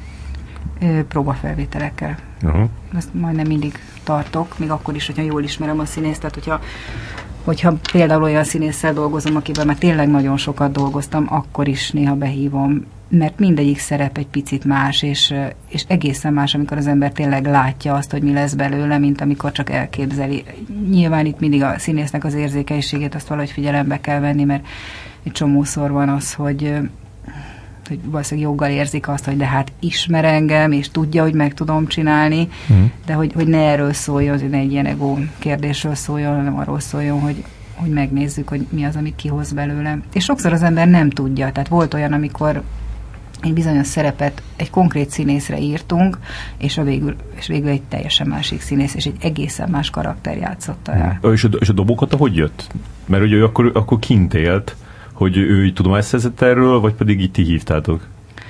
Próbafelvételekkel. Uh-huh. Ezt majdnem mindig tartok, még akkor is, hogyha jól ismerem a színészt, tehát hogyha, hogyha például olyan színésszel dolgozom, akivel már tényleg nagyon sokat dolgoztam, akkor is néha behívom, mert mindegyik szerep egy picit más, és, és egészen más, amikor az ember tényleg látja azt, hogy mi lesz belőle, mint amikor csak elképzeli. Nyilván itt mindig a színésznek az érzékenységét azt valahogy figyelembe kell venni, mert egy csomószor van az, hogy, hogy valószínűleg joggal érzik azt, hogy de hát ismer engem, és tudja, hogy meg tudom csinálni, mm. de hogy, hogy ne erről szóljon, hogy ne egy ilyen ego kérdésről szóljon, hanem arról szóljon, hogy hogy megnézzük, hogy mi az, amit kihoz belőle. És sokszor az ember nem tudja. Tehát volt olyan, amikor egy bizonyos szerepet egy konkrét színészre írtunk, és, a végül, és végül egy teljesen másik színész, és egy egészen más karakter játszotta el.
És a, és a Dobókata hogy jött? Mert ugye ő akkor, akkor kint élt, hogy ő így tudomást szerzett erről, vagy pedig így ti hívtátok?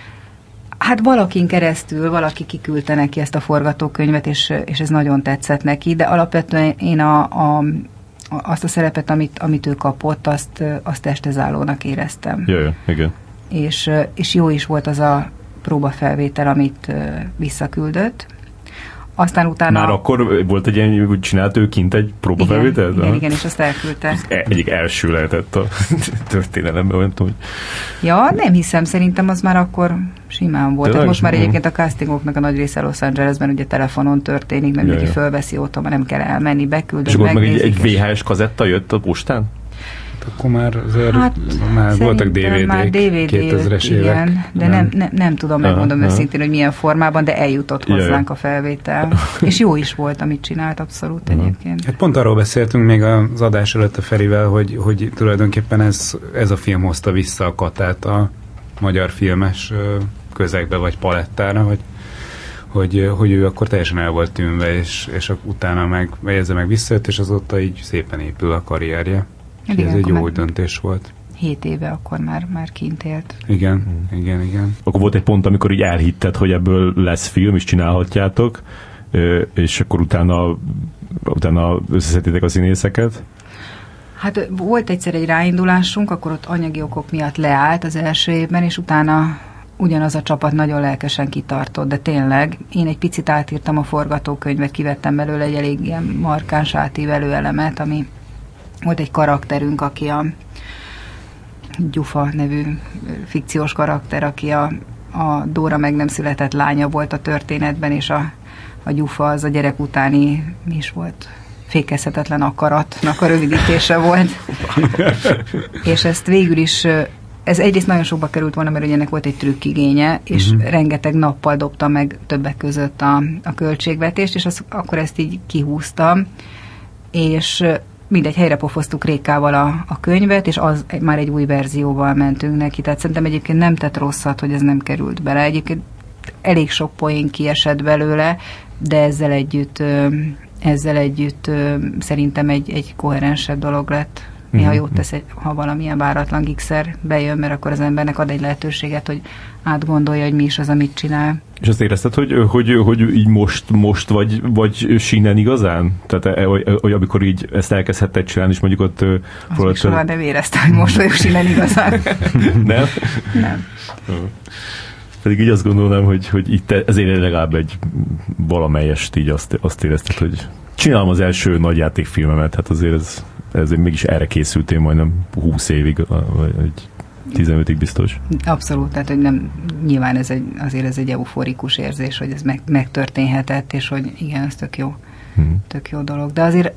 Hát valakin keresztül, valaki kiküldte neki ezt a forgatókönyvet, és, és ez nagyon tetszett neki, de alapvetően én a, a azt a szerepet, amit, amit ő kapott, azt, azt testezállónak éreztem.
Jaj, igen.
És, és jó is volt az a próbafelvétel, amit visszaküldött. Aztán utána...
Már akkor volt egy ilyen, hogy csinált ő kint egy próbafelvételt?
Igen, igen, igen, és azt elküldte. Az
egyik első lehetett a történelemben, nem tudom.
Ja, nem hiszem, szerintem az már akkor simán volt. Tehát most már egyébként a castingoknak a nagy része Los Angelesben ugye telefonon történik, mert mindenki fölveszi otthon, már nem kell elmenni, beküldöm,
és akkor meg egy, egy vé há es kazetta jött a postán?
Akkor már azért hát, már voltak dé vé dé-k kétezres évek.
Igen, de nem, nem, nem tudom megmondom őszintén, hogy milyen formában, de eljutott hozzánk a felvétel. És jó is volt, amit csinált, abszolút egyébként.
Hát pont arról beszéltünk még az adás előtt a Ferivel, hogy, hogy tulajdonképpen ez, ez a film hozta vissza a Katát a magyar filmes közegbe, vagy palettára, hogy, hogy, hogy ő akkor teljesen el volt tűnve, és, és utána meg, ezzel meg visszajött, és azóta így szépen épül a karrierje. Igen, ez egy jó döntés volt.
Hét éve akkor már, már kint élt.
Igen, hmm. igen, igen.
Akkor volt egy pont, amikor így elhitted, hogy ebből lesz film, és csinálhatjátok, és akkor utána, utána összeszedtétek a színészeket?
Hát volt egyszer egy ráindulásunk, akkor ott anyagi okok miatt leállt az első évben, és utána ugyanaz a csapat nagyon lelkesen kitartott, de tényleg én egy picit átírtam a forgatókönyvet, kivettem belőle egy elég ilyen markáns átívelő elemet, ami volt egy karakterünk, aki a Gyufa nevű fikciós karakter, aki a, a Dóra meg nem született lánya volt a történetben, és a a gyufa az a gyerek utáni, mi is volt? Fékezhetetlen akaratnak a rövidítése volt. És ezt végül is, ez egyrészt nagyon sokba került volna, mert ugye ennek volt egy trükkigénye, és uh-huh. rengeteg nappal dobta meg többek között a, a költségvetést, és az, akkor ezt így kihúztam, és mindegy, helyre pofoztuk Rékával a, a könyvet, és az már egy új verzióval mentünk neki, tehát szerintem egyébként nem tett rosszat, hogy ez nem került bele. Egyébként elég sok poén kiesett belőle, de ezzel együtt ezzel együtt szerintem egy, egy koherensebb dolog lett. Néha jót tesz, ha valamilyen váratlan gigszer bejön, mert akkor az embernek ad egy lehetőséget, hogy átgondolja, hogy mi is az, amit csinál.
És azt érezted, hogy, hogy, hogy így most, most vagy, vagy sínen igazán? Tehát hogy amikor így ezt elkezdhetted csinálni, és mondjuk ott...
Azt még soha nem éreztem, hogy most vagyok sínen igazán.
Nem?
Nem.
Pedig így azt gondolom, hogy, hogy itt ezért legalább egy valamelyest így azt, azt érezted, hogy csinálom az első nagy játékfilmemet, hát azért ez, ezért mégis erre készültél majdnem húsz évig, vagy tizenötig biztos.
Abszolút, tehát hogy nem, nyilván ez egy, azért ez egy euforikus érzés, hogy ez meg, megtörténhetett, és hogy igen, ez tök jó, hmm. tök jó dolog. De azért,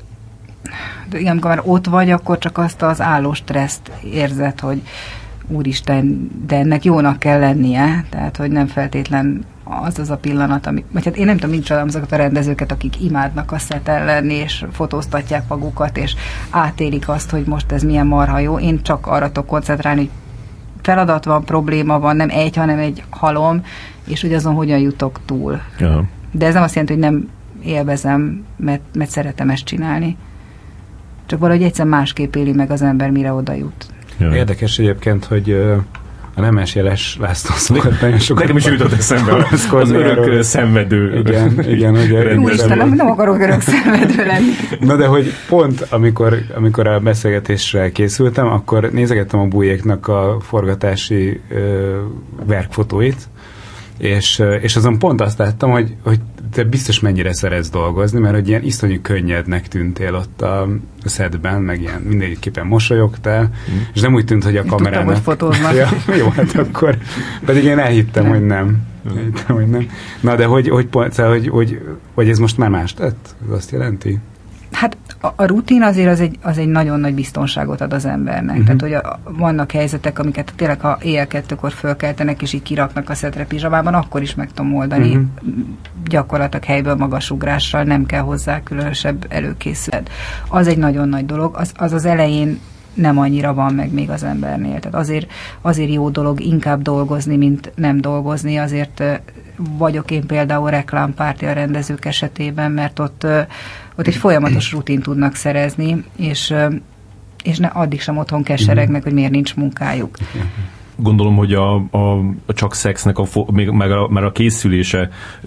de igen, amikor már ott vagy, akkor csak azt az álló stresszt érzed, hogy úristen, de ennek jónak kell lennie, tehát hogy nem feltétlen az az a pillanat, ami, vagy hát én nem tudom, mit csodálom azokat a rendezőket, akik imádnak a szeten lenni, és fotóztatják magukat, és átélik azt, hogy most ez milyen marha jó. Én csak arra tudok koncentrálni, hogy feladat van, probléma van, nem egy, hanem egy halom, és hogy azon hogyan jutok túl.
Ja.
De ez nem azt jelenti, hogy nem élvezem, mert, mert szeretem ezt csinálni. Csak valahogy egyszer másképp éli meg az ember, mire oda jut.
Ja. Érdekes egyébként, hogy uh, a Nemes Jeles László szokott nagyon sokat...
Nekem is jutott eszembe az örök szenvedő.
Igen, igen. Ugye,
Úristen, nem, nem akarok örök szenvedő lenni.
Na de hogy pont amikor, amikor a beszélgetésre készültem, akkor nézegettem a Bújéknak a forgatási uh, verkfotóit, és, és azon pont azt láttam, hogy, hogy te biztos mennyire szeretsz dolgozni, mert hogy ilyen iszonyú könnyednek tűntél ott a szedben, meg ilyen mindegyikképpen mosolyogtál, mm. és nem úgy tűnt, hogy a kamerának...
Tudtam, hogy fotóznak.
Ja, jó, hát akkor... Pedig én elhittem, nem. hogy nem. Elhittem, hogy nem. Na, de hogy, hogy, hogy, hogy, hogy, hogy ez most már más tett? Ez azt jelenti?
Hát a, a rutin azért az egy, az egy nagyon nagy biztonságot ad az embernek. Uh-huh. Tehát, hogy a, vannak helyzetek, amiket tényleg, ha éjjel kettőkor fölkeltenek, és így kiraknak a szetre pizsamában, akkor is meg tudom oldani. Uh-huh. Gyakorlatilag helyből magasugrásra, nem kell hozzá különösebb előkészület. Az egy nagyon nagy dolog. Az az, az elején nem annyira van meg még az embernél. Tehát azért, azért jó dolog inkább dolgozni, mint nem dolgozni. Azért vagyok én például reklámpárti a rendezők esetében, mert ott, ott egy folyamatos rutin tudnak szerezni, és, és ne, addig sem otthon keseregnek, hogy miért nincs munkájuk.
Gondolom, hogy a, a, a csak szexnek a, még, meg a, már a készülése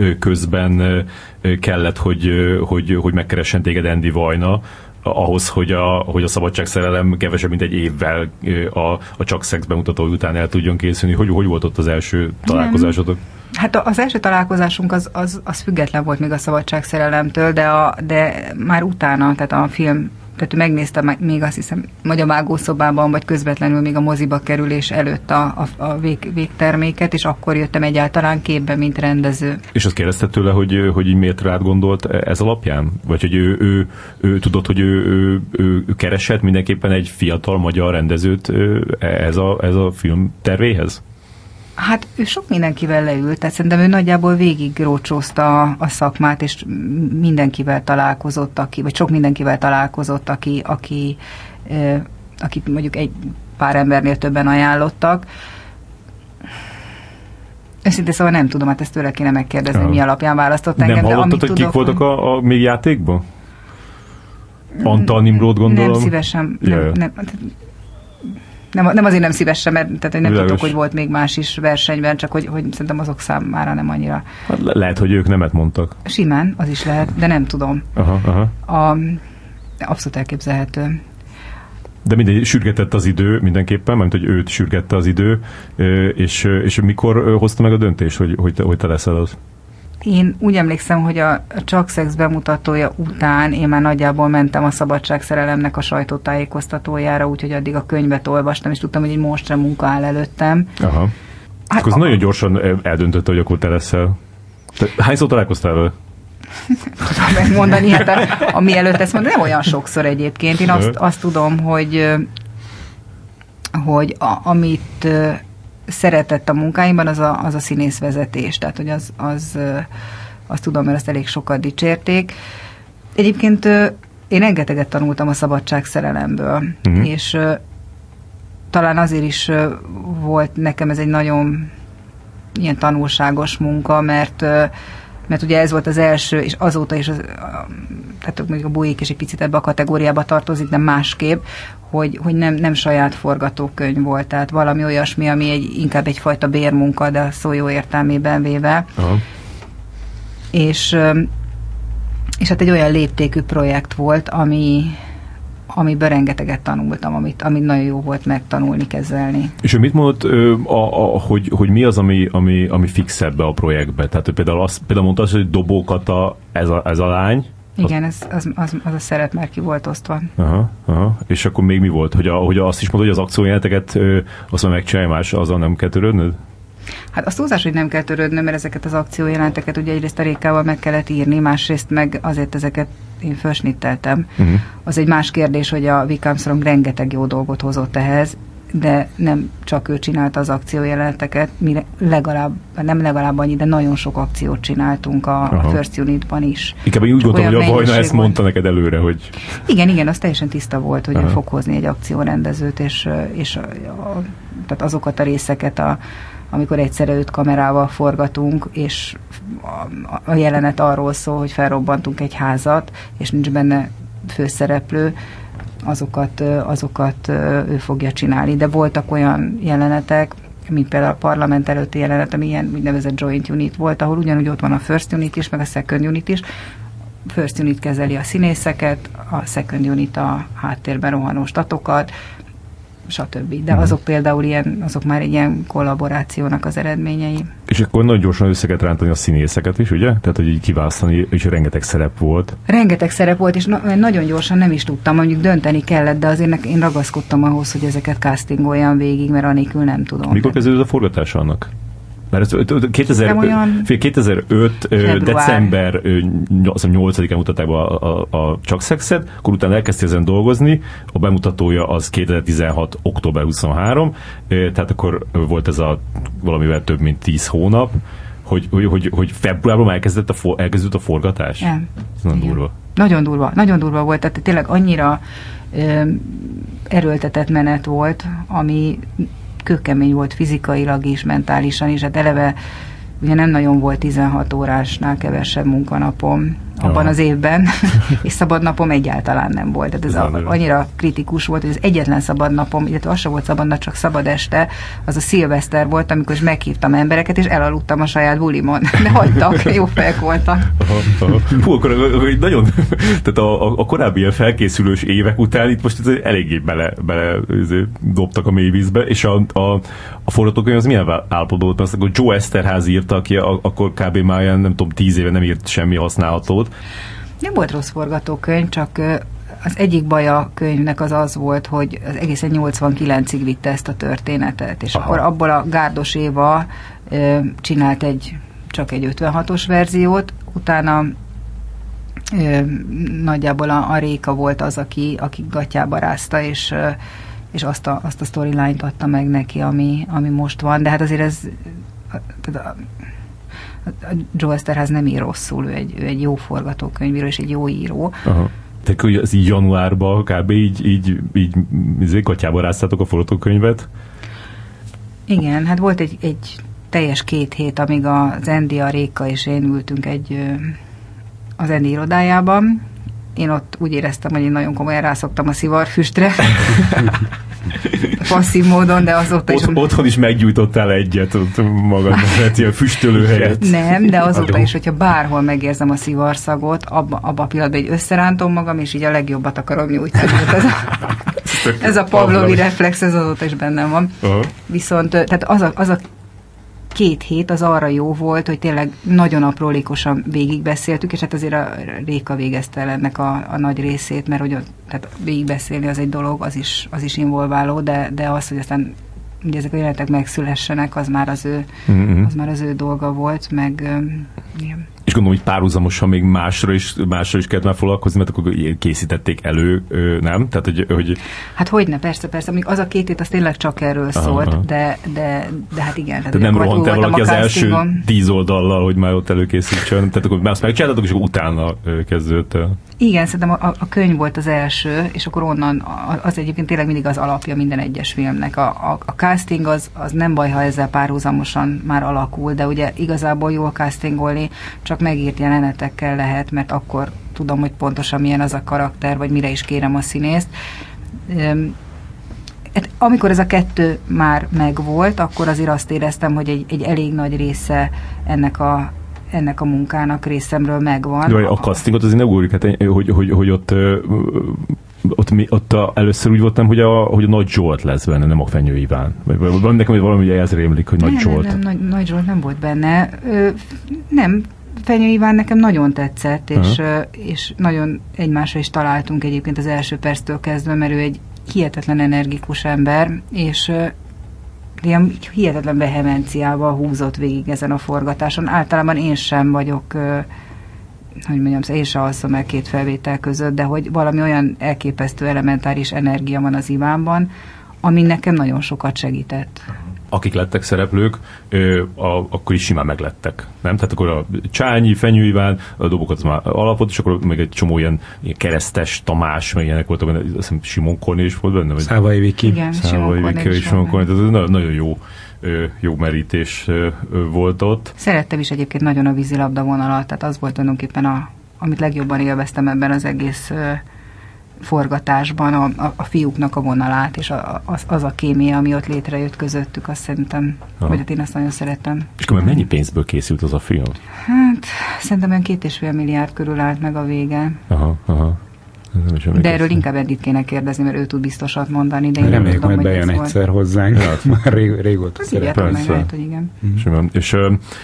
közben kellett, hogy, hogy, hogy megkeressen téged Andy Vajna, ahhoz, hogy a, hogy a szabadságszerelem kevesebb, mint egy évvel a, a csak szex bemutató után el tudjon készülni. Hogy, hogy volt ott az első találkozásotok?
Hát az első találkozásunk az, az, az független volt még a szabadságszerelemtől, de, a, de már utána, tehát a film, tehát megnéztem még azt hiszem, vagy a vágószobában, vagy közvetlenül még a moziba kerülés előtt a, a, a vég, végterméket, és akkor jöttem egyáltalán képbe, mint rendező. És azt kérdezted tőle, hogy, hogy így miért rád gondolt ez alapján? Vagy hogy ő, ő, ő tudod, hogy ő, ő, ő, ő keresett mindenképpen egy fiatal magyar rendezőt ez a, ez a film tervéhez? Hát ő sok mindenkivel leült, tehát szerintem ő nagyjából végig rócsózta a, a szakmát, és mindenkivel találkozott, aki, vagy sok mindenkivel találkozott, aki, aki, ö, akit mondjuk egy pár embernél többen ajánlottak. Őszintén szóval nem tudom, hát ezt tőle kéne megkérdezni, ja. mi alapján választott engem. Nem hallottad, hogy kik voltak a, a még játékban? Antal Nimród, gondolom? Nem szívesen. Nem, ja, ja. nem, Nem, nem azért nem szívesen, mert tehát, nem tudok, hogy volt még más is versenyben, csak hogy, hogy szerintem azok számára nem annyira. Hát le- lehet, hogy ők nemet mondtak. Simán, az is lehet, de nem tudom. Aha, aha. A, abszolút elképzelhető. De mindegy, sürgetett az idő mindenképpen, mert hogy őt sürgette az idő, és, és mikor hozta meg a döntést, hogy, hogy, te, hogy te leszel az? Én úgy emlékszem, hogy a Csak Szex bemutatója után én már nagyjából mentem a Szabadságszerelemnek a sajtótájékoztatójára, úgyhogy addig a könyvet olvastam, és tudtam, hogy egy monstre munka áll előttem. Aha. Hát, akkor nagyon gyorsan eldöntötte, hogy akkor te leszel. Te hányszor találkoztál vele? tudom megmondani, hát a, a mielőtt ezt mondani, nem olyan sokszor egyébként. Én azt, azt tudom, hogy, hogy a, amit szeretett a munkáimban, az a, az a színészvezetés. Tehát, hogy az, az, azt tudom, mert azt elég sokat dicsérték. Egyébként én rengeteget tanultam a szabadságszerelemből, uh-huh. és talán azért is volt nekem ez egy nagyon ilyen tanulságos munka, mert, mert ugye ez volt az első, és azóta is, az, tehát mondjuk a Bujék is egy picit ebbe a kategóriába tartozik, de másképp, hogy, hogy nem, nem saját forgatókönyv volt, tehát valami olyasmi, ami egy, inkább egyfajta bérmunka, de a szó jó értelmében véve. Uh-huh. És, és hát egy olyan léptékű projekt volt, ami amiből rengeteget tanultam, amit, amit nagyon jó volt megtanulni, kezelni.
És ő mit mondott, a, a, hogy, hogy mi az, ami, ami, ami fix ebbe a projektbe? Tehát hogy például, azt, például mondta, hogy Dobókat a, ez, a, ez a lány.
Igen, ez, az, az, az a szerep már ki volt osztva.
Aha, aha. És akkor még mi volt? Hogy, a, hogy azt is mondod, hogy az akciójeleneteket azt már megcsinálja más, azzal nem kell törődnöd?
Hát azt túlzás, hogy nem kell törődnöm, mert ezeket az akciójelenteket ugye egyrészt a Rékával meg kellett írni, másrészt meg azért ezeket én felsnitteltem. Uh-huh. Az egy más kérdés, hogy a Vic Armstrong rengeteg jó dolgot hozott ehhez, de nem csak ő csinálta az akciójeleneteket, mi legalább, nem legalább annyi, de nagyon sok akciót csináltunk a, a First Unitban is.
Inkább én úgy gondolom, hogy a Vajna ezt mondta neked előre, hogy...
Igen, igen, az teljesen tiszta volt, hogy ő fog hozni egy akciórendezőt, és, és a, a, tehát azokat a részeket, a, amikor egyszerre öt kamerával forgatunk, és a, a jelenet arról szól, hogy felrobbantunk egy házat, és nincs benne főszereplő, azokat, azokat ő fogja csinálni. De voltak olyan jelenetek, mint például a parlament előtti jelenet, ami ilyen úgynevezett joint unit volt, ahol ugyanúgy ott van a first unit is, meg a second unit is. First unit kezeli a színészeket, a second unit a háttérben rohanó statokat, stb. De azok például ilyen, azok már egy ilyen kollaborációnak az eredményei.
És akkor nagyon gyorsan össze kellett rántani a színészeket is, ugye? Tehát, hogy így kiválasztani, és rengeteg szerep volt.
Rengeteg szerep volt, és na- nagyon gyorsan nem is tudtam, mondjuk dönteni kellett, de azért én ragaszkodtam ahhoz, hogy ezeket castingoljam végig, mert anélkül nem tudom.
Mikor kezdődött a forgatás annak? Mert ez kétezer-öt december nyolcadikán mutatták be a, a, a Csak Szexet, akkor utána elkezdte ezen dolgozni, a bemutatója az kétezer-tizenhat október huszonharmadika, tehát akkor volt ez a valamivel több mint tíz hónap, hogy, hogy, hogy, hogy februárban elkezdett a, for, elkezdődött a forgatás?
Nem.
Ez nagyon durva.
Nagyon durva, nagyon durva volt, tehát tényleg annyira ö, erőltetett menet volt, ami kőkemény volt fizikailag is, mentálisan is, hát eleve ugye nem nagyon volt tizenhat órásnál kevesebb munkanapom abban ja. az évben, és szabad napom egyáltalán nem volt. Tehát ez a, annyira kritikus volt, hogy az egyetlen szabad napom, illetve az sem volt szabad nap, csak szabad este, az a szilveszter volt, amikor is meghívtam embereket, és elaludtam a saját bulimon. De hagytak, jó fejek voltak.
Aha, aha. Hú, akkor, akkor nagyon, tehát a, a, a korábbi ilyen felkészülős évek után itt most eléggé bele, bele dobtak a mélyvízbe, és a, a, a forgatókönyv az milyen állapotban volt? Azt akkor Joe Eszterházy írta, aki a, akkor kb. Már nem tudom, tíz éve nem írt semmi használhatót.
Nem volt rossz forgatókönyv, csak az egyik baja a könyvnek az az volt, hogy az egészen nyolcvankilencig vitte ezt a történetet, és Aha. akkor abból a Gárdos Éva ö, csinált egy, csak egy ötvenhatos verziót, utána ö, nagyjából a, a Réka volt az, aki, aki gatyába rázta, és, ö, és azt a, azt a storyline-t adta meg neki, ami, ami most van, de hát azért ez a, a, a Joe Eszterház nem ír rosszul, ő egy, ő egy jó forgatókönyvíró és egy jó író.
Aha. Tehát hogy az így januárban kb. így, így, így, így gatyába ráztátok a forgatókönyvet?
Igen, hát volt egy, egy teljes két hét, amíg az Endi, a Réka és én ültünk egy, az Endi irodájában. Én ott úgy éreztem, hogy én nagyon komolyan rászoktam a szivarfüstre. Passzív módon, de azóta
is... Ott, otthon is meggyújtottál egyet ott magadnak, mert ilyen füstölő helyet.
Nem, de azóta is, hogyha bárhol megérzem a szivarszagot, abban abba a pillanatban egy összerántom magam, és így a legjobbat akarom nyújtani. Ez a, ez a pavlovi reflex, ez azóta is bennem van. Uh-huh. Viszont tehát az a, az a két hét az arra jó volt, hogy tényleg nagyon aprólékosan végigbeszéltük, és hát azért a Réka végezte el ennek a, a nagy részét, mert hogy a, tehát végigbeszélni az egy dolog, az is, az is involváló, de, de az, hogy aztán ugye ezek a jelenetek megszülessenek, az már az ő, mm-hmm. az már az ő dolga volt, meg um, igen.
És És gondolom, hogy párhuzamosan még másra is, másra is kellett már foglalkozni, mert akkor készítették elő, nem? Tehát, hogy, hogy...
Hát hogyne, persze, persze. Még az a két hét, az tényleg csak erről szólt, aha, de, de, de hát igen. Tehát,
tehát nem rohant el valaki az első tíz oldallal, hogy már ott előkészítsen. Tehát akkor azt megcsináltatok, és akkor utána kezdődött el.
Igen, szerintem a, a könyv volt az első, és akkor onnan az egyébként tényleg mindig az alapja minden egyes filmnek. A, a, a casting az, az nem baj, ha ezzel párhuzamosan már alakul, de ugye igazából jól castingolni csak megírt jelenetekkel lehet, mert akkor tudom, hogy pontosan milyen az a karakter, vagy mire is kérem a színészt. Hát, amikor ez a kettő már megvolt, akkor azért azt éreztem, hogy egy, egy elég nagy része ennek a ennek a munkának részemről megvan.
Jó, a castingot azért ne ugorjuk, hát, hogy, hogy, hogy ott, ott, ott a, először úgy voltam, hogy a, hogy a Nagy Zsolt lesz benne, nem a Fenyő Iván. Vagy nekem valami ugye ez rémlik, hogy Nagy
nem,
Zsolt.
Nem, nem, Nagy Zsolt nem volt benne. Ö, nem, Fenyő Iván nekem nagyon tetszett, és, uh-huh. és nagyon egymásra is találtunk egyébként az első perctől kezdve, mert ő egy hihetetlen energikus ember, és ilyen hihetetlen vehemenciával húzott végig ezen a forgatáson. Általában én sem vagyok, hogy mondjam, én sem alszom el két felvétel között, de hogy valami olyan elképesztő elementáris energia van az Ivánban, ami nekem nagyon sokat segített.
Akik lettek szereplők, ö, a, akkor is simán meglettek, nem? Tehát akkor a Csányi, Fenyő Iván, a dobokat az már alapot, és akkor még egy csomó ilyen, ilyen Keresztes, Tamás, meg ilyenek voltak benne, azt hiszem Simon Kornél is volt benne. Vagy?
Szávai Viki.
Igen,
Szávai Viki és Simon Kornél, tehát nagyon, nagyon jó, jó merítés volt ott.
Szerettem is egyébként nagyon a vízilabda vonalat, tehát az volt tulajdonképpen, a, amit legjobban élveztem ebben az egész forgatásban, a, a, a fiúknak a vonalát, és a, az, az a kémia, ami ott létrejött közöttük, azt szerintem, aha, hogy én azt nagyon szeretem.
És akkor mennyi pénzből készült az a film?
Hát, szerintem olyan két és fél milliárd körül állt meg a vége.
Aha, aha.
De erről inkább Edit kéne kérdezni, mert ő tud biztosat mondani. De
reméljük, majd bejön egyszer hozzánk. Már rég, régóta
szeretem. Meg lehet, hogy igen.
Mm. És,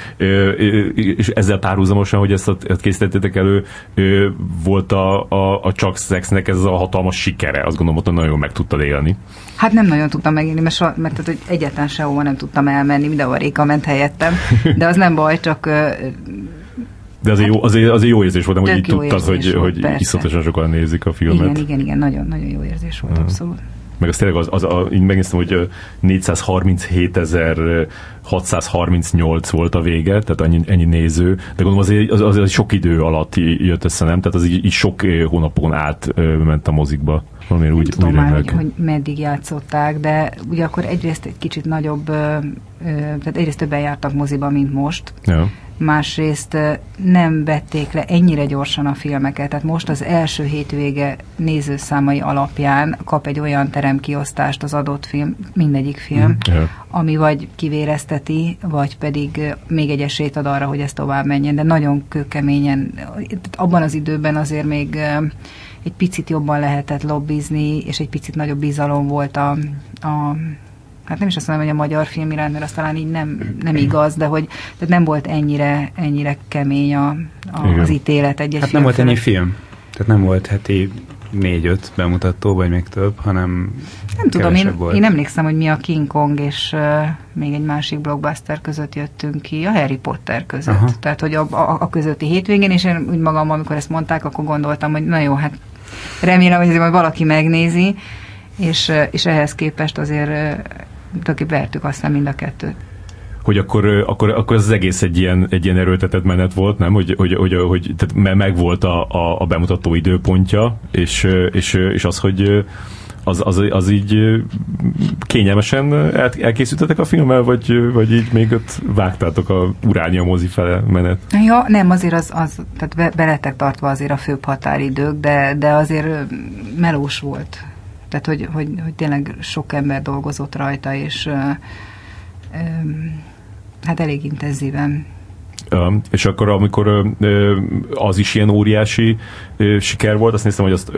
és ezzel párhuzamosan, hogy ezt a, ezt készítettétek elő, volt a, a, a Csak Szexnek ez a hatalmas sikere. Azt gondolom, hogy nagyon meg tudtad élni.
Hát nem nagyon tudtam megélni, mert, so, mert tehát, hogy egyáltalán sehova nem tudtam elmenni, mindenhol Réka ment helyettem. De az nem baj, csak...
De azért, hát, jó, azért, azért jó érzés volt, hogy így tudtad, hogy,
volt,
hogy iszonyatosan sokan nézik a filmet.
Igen, igen, igen, nagyon, nagyon jó érzés volt, uh-huh. abszolút.
Meg az tényleg, az, az, az, így megnéztem, hogy négyszázharminchétezer-hatszázharmincnyolc volt a vége, tehát ennyi, ennyi néző, de gondolom azért, az, azért sok idő alatt jött össze, nem? Tehát az így, így sok hónapon át ment a mozikba. Valamiért úgy,
tudom
úgy
már, hogy, hogy meddig játszották, de ugye akkor egyrészt egy kicsit nagyobb, tehát egyrészt többen jártak moziba, mint most.
Ja.
Másrészt nem vették le ennyire gyorsan a filmeket, tehát most az első hétvége nézőszámai alapján kap egy olyan teremkiosztást az adott film, mindegyik film, yeah. ami vagy kivérezteti, vagy pedig még egy esélyt ad arra, hogy ez tovább menjen, de nagyon kőkeményen, abban az időben azért még egy picit jobban lehetett lobbizni, és egy picit nagyobb bizalom volt a, a hát nem is azt mondom, hogy a magyar film iránt, mert az talán így nem, nem igaz, de hogy tehát nem volt ennyire, ennyire kemény a, a, az ítélet egy-egy
hát nem volt ennyi film. Tehát nem volt heti négy-öt bemutató, vagy még több, hanem
nem tudom, én, én emlékszem, hogy mi a King Kong és uh, még egy másik blockbuster között jöttünk ki, a Harry Potter között. Aha. Tehát, hogy a, a, a közötti hétvégén, és én úgy magam, amikor ezt mondták, akkor gondoltam, hogy na jó, hát remélem, hogy azért majd valaki megnézi, és, és ehhez képest azért aki vertük aztán mind a kettőt.
Hogy akkor, akkor, akkor az egész egy ilyen, egy ilyen erőltetett menet volt, nem? Hogy, hogy, hogy, hogy tehát megvolt a, a, a bemutató időpontja, és, és, és az, hogy az, az, az így kényelmesen el, elkészültetek a filmmel, vagy, vagy így még ott vágtátok a Uránia mozi fele menet?
Ja, nem, azért az, az tehát be, be lettek tartva azért a főbb határidők, de, de azért melós volt. Tehát, hogy, hogy, hogy tényleg sok ember dolgozott rajta, és ö, ö, hát elég intenzíven.
Ö, és akkor, amikor ö, az is ilyen óriási ö, siker volt, azt néztem, hogy azt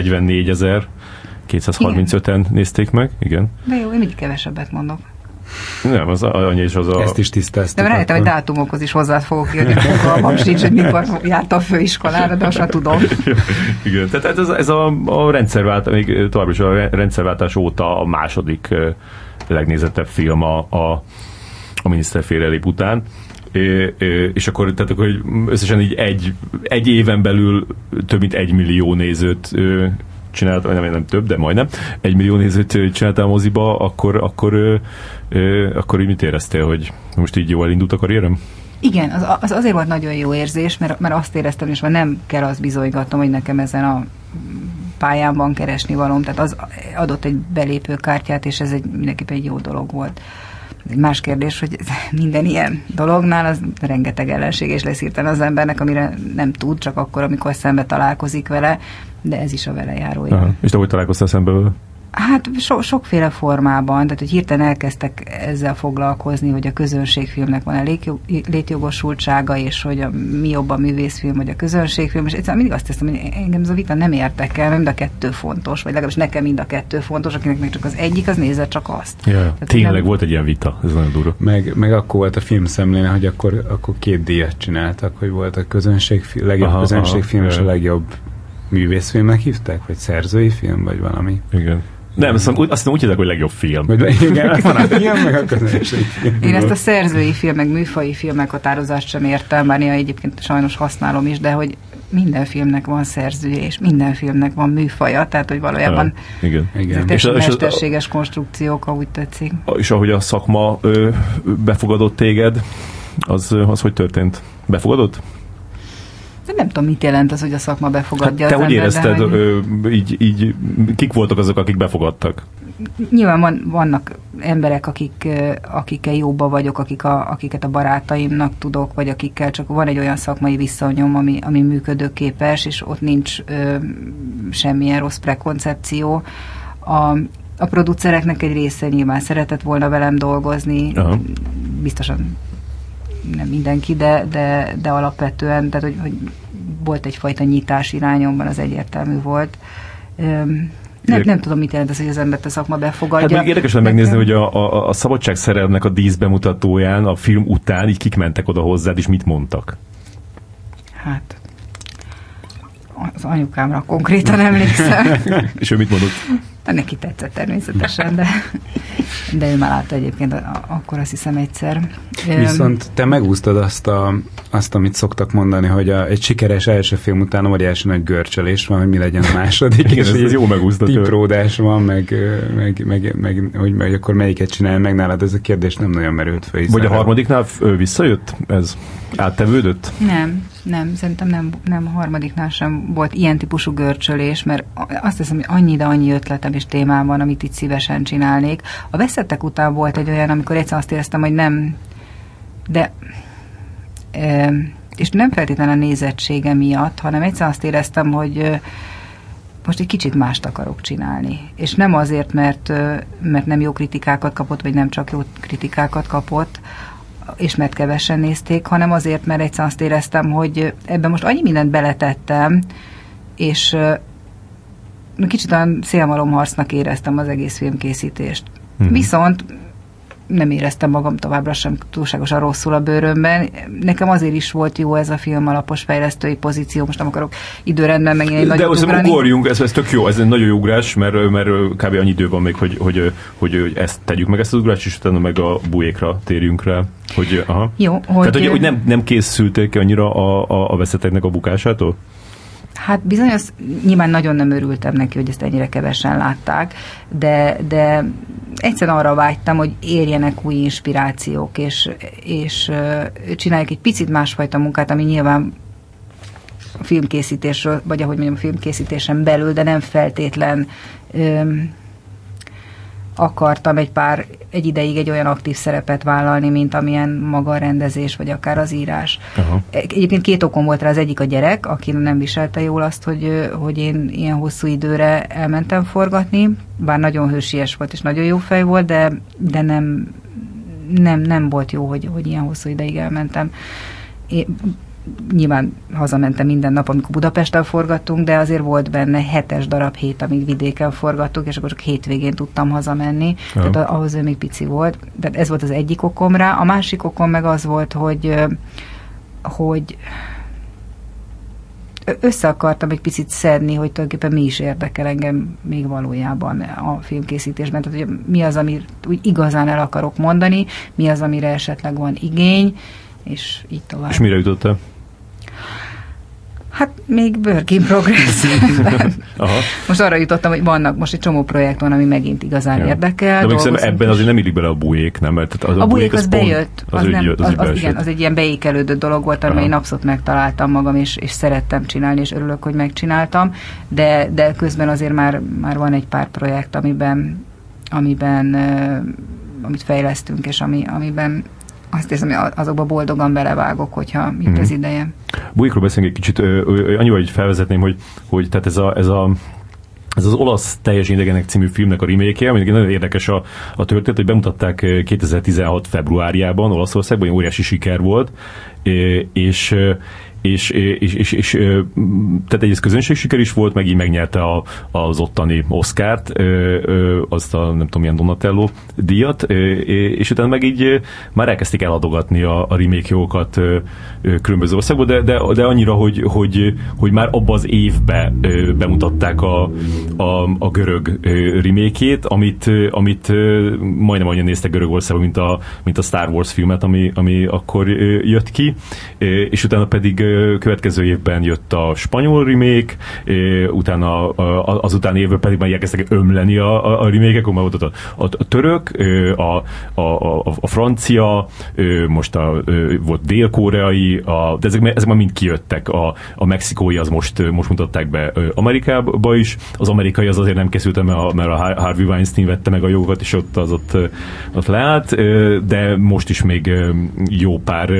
ötszáznegyvennégyezer-kétszázharmincöten nézték meg, igen.
De jó, én mindig kevesebbet mondok.
Nem, az annyi is az a...
Ezt is tisztáztuk.
De rájöttem, hogy dátumokhoz is hozzá fogok jönni, fogalmam sincs, hogy mikor jártam a főiskolára, de azt sem tudom.
Igen, tehát ez, ez a, a rendszerváltás, még továbbra is a rendszerváltás óta a második legnézettebb film a, a, a Miniszter félrelép után. É, é, és akkor, tehát akkor összesen így egy, egy éven belül több mint egy millió nézőt csinált, nem, nem több, de majdnem, egy millió nézőt csináltál a moziba, akkor, akkor, akkor így mit éreztél, hogy most így jól elindult a karrierem?
Igen, az, az azért volt nagyon jó érzés, mert, mert azt éreztem, és már nem kell azt bizonygatnom, hogy nekem ezen a pályán van keresni valóm, tehát az adott egy belépőkártyát, és ez egy, mindenképpen egy jó dolog volt. Egy más kérdés, hogy minden ilyen dolognál az rengeteg ellenséges lesz hirtelen az embernek, amire nem tud, csak akkor, amikor szembe találkozik vele, de ez is a vele járója.
Aha. És te hogy találkoztál szembe vele?
Hát so, sokféle formában, tehát hogy hirtelen elkezdtek ezzel foglalkozni, hogy a közönségfilmnek van elég létjogosultsága, és hogy a, mi jobb a művészfilm, vagy a közönségfilm, és egyszerűen mindig azt teszem, hogy engem ez a vita nem érdekel, mind a kettő fontos, vagy legalábbis nekem mind a kettő fontos, akinek meg csak az egyik, az nézze csak azt.
Ja, tehát tényleg nem... volt egy ilyen vita, ez nagyon durva.
Meg, meg akkor volt a filmszemlén, hogy akkor, akkor két díjat csináltak, hogy volt a közönségfilm, legjobb aha, közönségfilm, aha, és a legjobb művészfilmnek hívták, vagy szerzői film, vagy valami.
Igen. Nem, azt hiszem úgy hívják, hogy legjobb film.
Vagy, igen, van a film, meg a közönségfilm.
Én ezt a szerzői film, meg műfaji film meghatározást sem értem, bár néha egyébként sajnos használom is, de hogy minden filmnek van szerzője, és minden filmnek van műfaja, tehát hogy valójában
ja, igen.
igen. És a, mesterséges és konstrukciók, ahogy tetszik.
És ahogy a szakma ö, befogadott téged, az, az hogy történt? Befogadott?
De nem tudom, mit jelent az, hogy a szakma befogadja
hát
az
te hogy
ember,
érezted,
hogy...
ö, így, így, kik voltak azok, akik befogadtak?
Nyilván van, vannak emberek, akik, akikkel jóba vagyok, akik a, akiket a barátaimnak tudok, vagy akikkel csak van egy olyan szakmai viszonyom, ami, ami működőképes, és ott nincs ö, semmilyen rossz prekoncepció. A, a producereknek egy része nyilván szeretett volna velem dolgozni, aha, biztosan nem mindenki, de, de, de alapvetően, tehát hogy, hogy volt egyfajta nyitás irányomban, az egyértelmű volt. Üm, nem, nem tudom, mit jelent az, hogy az embert a szakma befogadja.
Hát még érdekes lenne megnézni, hogy a, a, a Szabadságszerelmnek a díszbemutatóján, a film után így kik mentek oda hozzád, és mit mondtak?
Hát az anyukámra konkrétan emlékszem.
És ő mit mondott?
De neki tetszett természetesen, de, de ő már látta egyébként akkor azt hiszem egyszer.
Viszont te megúsztad azt, a, azt amit szoktak mondani, hogy a, egy sikeres első film után óriási nagy görcsölés van, hogy mi legyen a második.
És ez jó megúsztad.
Tipródás van, meg, meg, meg, meg hogy, meg akkor melyiket csinálja meg nálad, ez a kérdés nem nagyon merült fel.
Vagy a harmadiknál visszajött ez? Áttevődött?
Nem, nem, szerintem nem, nem a harmadiknál sem volt ilyen típusú görcsölés, mert azt hiszem, hogy annyi, de annyi ötletem és témám van, amit itt szívesen csinálnék. A Veszettek után volt egy olyan, amikor egyszer azt éreztem, hogy nem, de e, és nem feltétlenül a nézettsége miatt, hanem egyszer azt éreztem, hogy most egy kicsit mást akarok csinálni. És nem azért, mert, mert nem jó kritikákat kapott, vagy nem csak jó kritikákat kapott, és mert kevesen nézték, hanem azért, mert egyszer azt éreztem, hogy ebben most annyi mindent beletettem, és kicsit olyan szélmalomharcnak éreztem az egész filmkészítést. Hmm. Viszont nem éreztem magam továbbra sem túlságosan rosszul a bőrömben. Nekem azért is volt jó ez a film alapos fejlesztői pozíció, most nem akarok időrendben megint egy nagyot ugrani.
De most ugorjunk, ez, ez tök jó, ez egy nagyon jó ugrás, mert, mert kb. Annyi idő van még, hogy, hogy, hogy, hogy ezt tegyük meg, ezt az ugrást, és utána meg a bujékra térjünk rá. Hogy, aha.
Jó, hogy...
Tehát, hogy, hogy nem, nem készültél ki annyira a, a, a Veszetteknek a bukásától?
Hát bizony, az, nyilván nagyon nem örültem neki, hogy ezt ennyire kevesen látták, de, de egyszerűen arra vágytam, hogy érjenek új inspirációk, és, és uh, csináljuk egy picit másfajta munkát, ami nyilván a filmkészítésről, vagy ahogy mondjam, a filmkészítésen belül, de nem feltétlen um, akartam egy pár, egy ideig egy olyan aktív szerepet vállalni, mint amilyen maga a rendezés, vagy akár az írás. Aha. Egyébként két okom volt rá, az egyik a gyerek, aki nem viselte jól azt, hogy, hogy én ilyen hosszú időre elmentem forgatni, bár nagyon hősies volt, és nagyon jó fej volt, de, de nem, nem, nem volt jó, hogy, hogy ilyen hosszú ideig elmentem. Én, nyilván hazamentem minden nap, amikor Budapesten forgattunk, de azért volt benne hetes darab hét, amíg vidéken forgattunk, és akkor csak hétvégén tudtam hazamenni. Ja. Tehát ahhoz ő még pici volt. Tehát ez volt az egyik okom rá. A másik okom meg az volt, hogy, hogy össze akartam egy picit szedni, hogy tulajdonképpen mi is érdekel engem még valójában a filmkészítésben. Tehát, hogy mi az, amit úgy igazán el akarok mondani, mi az, amire esetleg van igény, és így tovább.
És mire jutottál?
Hát még work in progress. Most arra jutottam, hogy vannak, most egy csomó projekt van, ami megint igazán ja. érdekel.
De még ebben azért nem illik bele a bujék, nem? Mert az
a, a bujék az, az bejött.
Az,
az,
az,
nem,
ügy, az,
az, az, igen, az egy ilyen beékelődött dolog volt, amely én abszolút megtaláltam magam, és, és szerettem csinálni, és örülök, hogy megcsináltam. De, de közben azért már, már van egy pár projekt, amiben, amiben uh, amit fejlesztünk, és ami, amiben azt hiszem, hogy azokba boldogan belevágok, hogyha itt mm-hmm. az ideje.
Bujékról beszélünk egy kicsit, annyival, hogy felvezetném, hogy, hogy tehát ez, a, ez, a, ez az olasz Teljes idegenek című filmnek a remake-je, aminek nagyon érdekes a, a történet, hogy bemutatták kétezer-tizenhat februárjában Olaszországban, egy óriási siker volt, és és, és, és, és tehát egy közönség siker is volt, meg így megnyerte a, az ottani Oscart, azt a nem tudom milyen Donatello díjat, és utána meg így már elkezdték eladogatni a, a remake jogokat különböző országban, de, de, de annyira, hogy, hogy, hogy már abban az évben bemutatták a, a, a görög remake-ét, amit, amit majdnem annyian néztek Görögországban, mint a, mint a Star Wars filmet, ami, ami akkor jött ki, és utána pedig következő évben jött a spanyol remake, utána az utáni évben pedig már elkezdtek ömleni a, a, a remake-ek, akkor már volt a, a, a török, a, a, a, a francia, most a, volt dél-koreai, a, de ezek, ezek már mind kijöttek. A, a mexikói az most, most mutatták be Amerikába is, az amerikai az azért nem készült, mert a, mert a Harvey Weinstein vette meg a jogokat, és ott az ott, ott leállt, de most is még jó pár